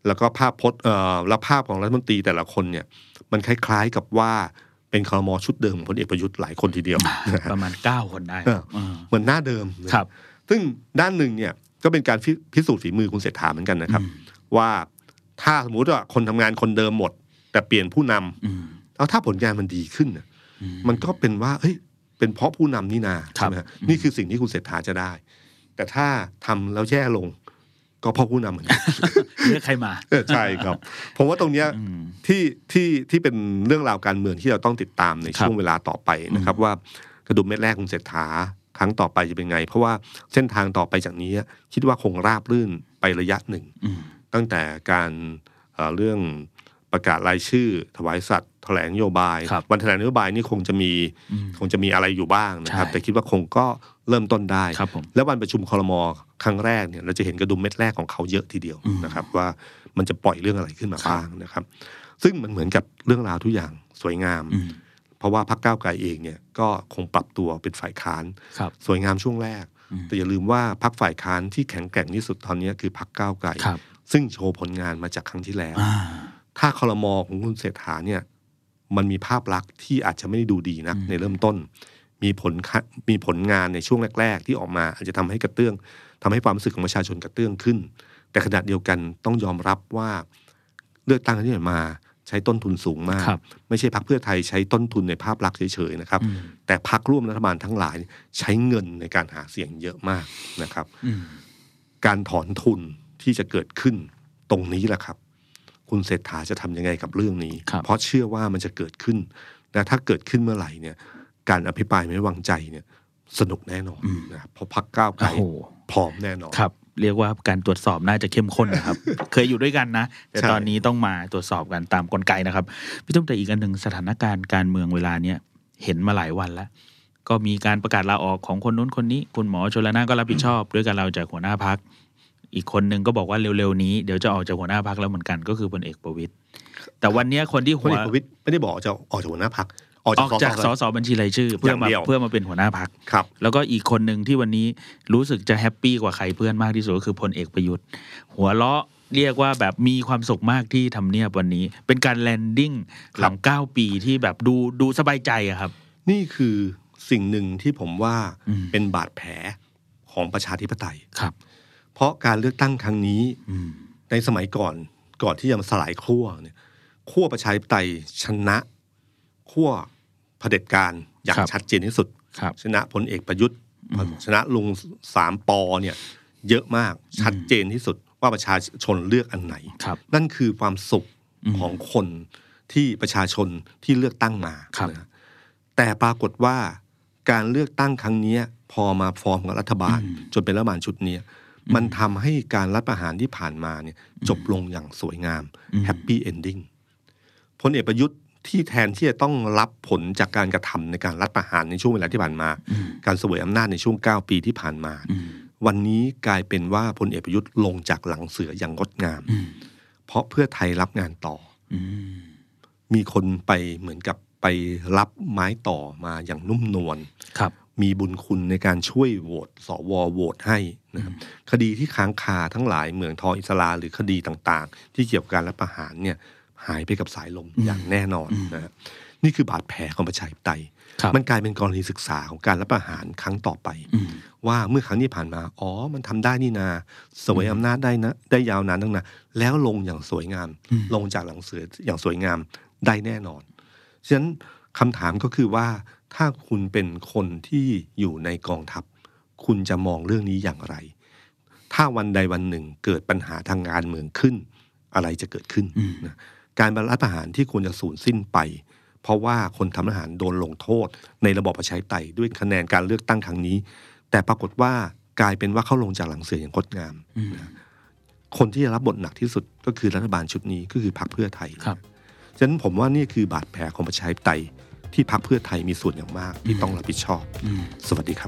แล้วก็ภาพพจน์เอ่อและภาพของรัฐมนตรีแต่ละคนเนี่ยมันคล้ายๆกับว่าเป็นครม.ชุดเดิมของพลเอกประยุทธ์หลายคนทีเดียวประมาณเก้าคนได้เหมือนหน้าเดิมครับซึ่งด้านหนึ่งเนี่ยก็เป็นการพิสูจน์ฝีมือคุณเศรษฐาเหมือนกันนะครับว่าถ้าสมมติว่าคนทำงานคนเดิมหมดแต่เปลี่ยนผู้นำแล้วถ้าผลงานมันดีขึ้นมันก็เป็นว่าเฮ้ยเป็นเพราะผู้นำนี่นาใช่ไหมนี่คือสิ่งที่คุณเศรษฐาจะได้แต่ถ้าทำแล้วแย่ลงก็เพราะผู้นำเหมือนกันเลือกใครมาใช่ครับผมว่าตรงเนี้ยที่ที่ที่เป็นเรื่องราวการเมืองที่เราต้องติดตามในช่วงเวลาต่อไปนะครับว่ากระดุมเม็ดแรกคุณเศรษฐาครั้งต่อไปจะเป็นไงเพราะว่าเส้นทางต่อไปจากนี้คิดว่าคงราบรื่นไประยะหนึ่งตั้งแต่การเอ่อเรื่องประกาศรายชื่อถวายสัตย์แถลงนโยบายวันแถลงนโยบายนี่คงจะมีคงจะมีอะไรอยู่บ้างนะครับแต่คิดว่าคงก็เริ่มต้นได้และวันประชุมครม.ครั้งแรกเนี่ยเราจะเห็นกระดุมเม็ดแรกของเขาเยอะทีเดียวนะครับว่ามันจะปล่อยเรื่องอะไรขึ้นมาบ้างนะครับซึ่งมันเหมือนกับเรื่องราวทุกอย่างสวยงามเพราะว่าพรรคก้าวไกลเองเนี่ยก็คงปรับตัวเป็นฝ่ายค้านสวยงามช่วงแรกแต่อย่าลืมว่าพรรคฝ่ายค้านที่แข็งแกร่งที่สุดตอนนี้คือพรรคก้าวไกลซึ่งโชว์ผลงานมาจากครั้งที่แล้วถ้าครม.ของคุณเศรษฐาเนี่ยมันมีภาพลักษณ์ที่อาจจะไม่ได้ดูดีนักในเริ่มต้นมีผลมีผลงานในช่วงแรกๆที่ออกมาอาจจะทำให้กระเตื้องทำให้ความรู้สึกของประชาชนกระเตื้องขึ้นแต่ขณะเดียวกันต้องยอมรับว่าเลือกตั้งที่ผ่านมาใช้ต้นทุนสูงมากไม่ใช่พรรคเพื่อไทยใช้ต้นทุนในภาพลักษณ์เฉยๆนะครับแต่พรรคร่วมรัฐบาลทั้งหลายใช้เงินในการหาเสียงเยอะมากนะครับการถอนทุนที่จะเกิดขึ้นตรงนี้แหละครับคุณเศรษฐาจะทำยังไงกับเรื่องนี้เพราะเชื่อว่ามันจะเกิดขึ้นและถ้าเกิดขึ้นเมื่อไหร่เนี่ยการอภิปรายไม่วางใจเนี่ยสนุกแน่นอนนะเพราะพรรคก้าวไกลพร้อมแน่นอนครับเรียกว่าการตรวจสอบน่าจะเข้มข้นนะครับ เคยอยู่ด้วยกันนะแต่ตอนนี้ต้องมาตรวจสอบกันตามกลไกนะครับพี่ตุ้มแต่อีกอันหนึ่งสถานการณ์การเมืองเวลาเนี้ยเห็นมาหลายวันแล้วก็มีการประกาศลาออกของคนนู้นคนนี้คุณหมอชลน่านก็รับผิดชอบด้วยกันเราจากหัวหน้าพรรคอีกคนนึงก็บอกว่าเร็วๆนี้เดี๋ยวจะออกจากหัวหน้าพรรคแล้วเหมือนกันก็คือพลเอกประวิตรแต่วันนี้คนที่หัวพลเอกประวิตรไม่ได้บอกจะออกจากหัวหน้าพรรคออกจากสสบัญชีรายชื่อเพื่อมาเพื่อมาเป็นหัวหน้าพรรคแล้วก็อีกคนนึงที่วันนี้รู้สึกจะแฮปปี้กว่าใครเพื่อนมากที่สุดก็คือพลเอกประยุทธ์หัวเราะเรียกว่าแบบมีความสุขมากที่ทำเนียบวันนี้เป็นการแลนดิ้งหลังเก้าปีที่แบบดูดูสบายใจอะครับนี่คือสิ่งหนึ่งที่ผมว่าเป็นบาดแผลของประชาธิปไตยครับเพราะการเลือกตั้งครั้งนี้ในสมัยก่อนก่อนที่จะมาสลายขั้วเนี่ยขั้วประชาธิปไตยชนะขั้วเผด็จการอย่างชัดเจนที่สุดชนะพลเอกประยุทธ์ชนะลุงสามปอเนี่ยเยอะมากชัดเจนที่สุดว่าประชาชนเลือกอันไหนนั่นคือความสุขของคนที่ประชาชนที่เลือกตั้งมานะแต่ปรากฏว่าการเลือกตั้งครั้งนี้พอมาฟอร์มกับรัฐบาลจนเป็นรัฐบาลชุดนี้มันทำให้การรัฐประหารที่ผ่านมาเนี่ยจบลงอย่างสวยงามแฮปปี้เอนดิ้งพลเอกประยุทธ์ที่แทนที่จะต้องรับผลจากการกระทำในการรัฐประหารในช่วงเวลาที่ผ่านมาการเสวยอำนาจในช่วงเก้าปีที่ผ่านมาวันนี้กลายเป็นว่าพลเอกประยุทธ์ลงจากหลังเสืออย่างงดงามเพราะเพื่อไทยรับงานต่อมีคนไปเหมือนกับไปรับไม้ต่อมาอย่างนุ่มนวลมีบุญคุณในการช่วยโหวตสวโหวตให้นะครับคดีที่ค้างคาทั้งหลายเหมืองทองอิสราหรือคดีต่างๆที่เกี่ยวกับการรัฐประหารเนี่ยหายไปกับสายลมอย่างแน่นอนนะนี่คือบาดแผลของประชาธิปไตยมันกลายเป็นกรณีศึกษาของการรัฐประหารครั้งต่อไปว่าเมื่อครั้งที่ผ่านมาอ๋อมันทำได้นี่นาสวยอำนาจได้นะได้ยาวนานตั้งนานแล้วลงอย่างสวยงามลงจากหลังเสืออย่างสวยงามได้แน่นอนฉะนั้นคำถามก็คือว่าถ้าคุณเป็นคนที่อยู่ในกองทัพคุณจะมองเรื่องนี้อย่างไรถ้าวันใดวันหนึ่งเกิดปัญหาทางการเมืองขึ้นอะไรจะเกิดขึ้นนะการรัฐประหารที่ควรจะสูญสิ้นไปเพราะว่าคนทำรัฐประหารโดนลงโทษในระบอบประชาธิปไตยด้วยคะแนนการเลือกตั้งครั้งนี้แต่ปรากฏว่ากลายเป็นว่าเขาลงจากหลังเสืออย่างงดงามนะคนที่จะรับบทหนักที่สุดก็คือรัฐบาลชุดนี้ก็คือพรรคเพื่อไทยฉะนั้นผมว่านี่คือบาดแผลของประชาธิปไตยที่พรรคเพื่อไทยมีส่วนอย่างมากที่ต้องรับผิดชอบสวัสดีครับ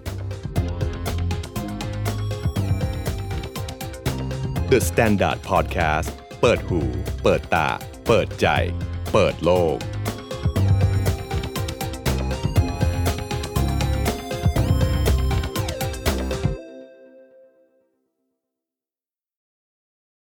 The Standard Podcast เปิดหูเปิดตาเปิดใจเปิดโลก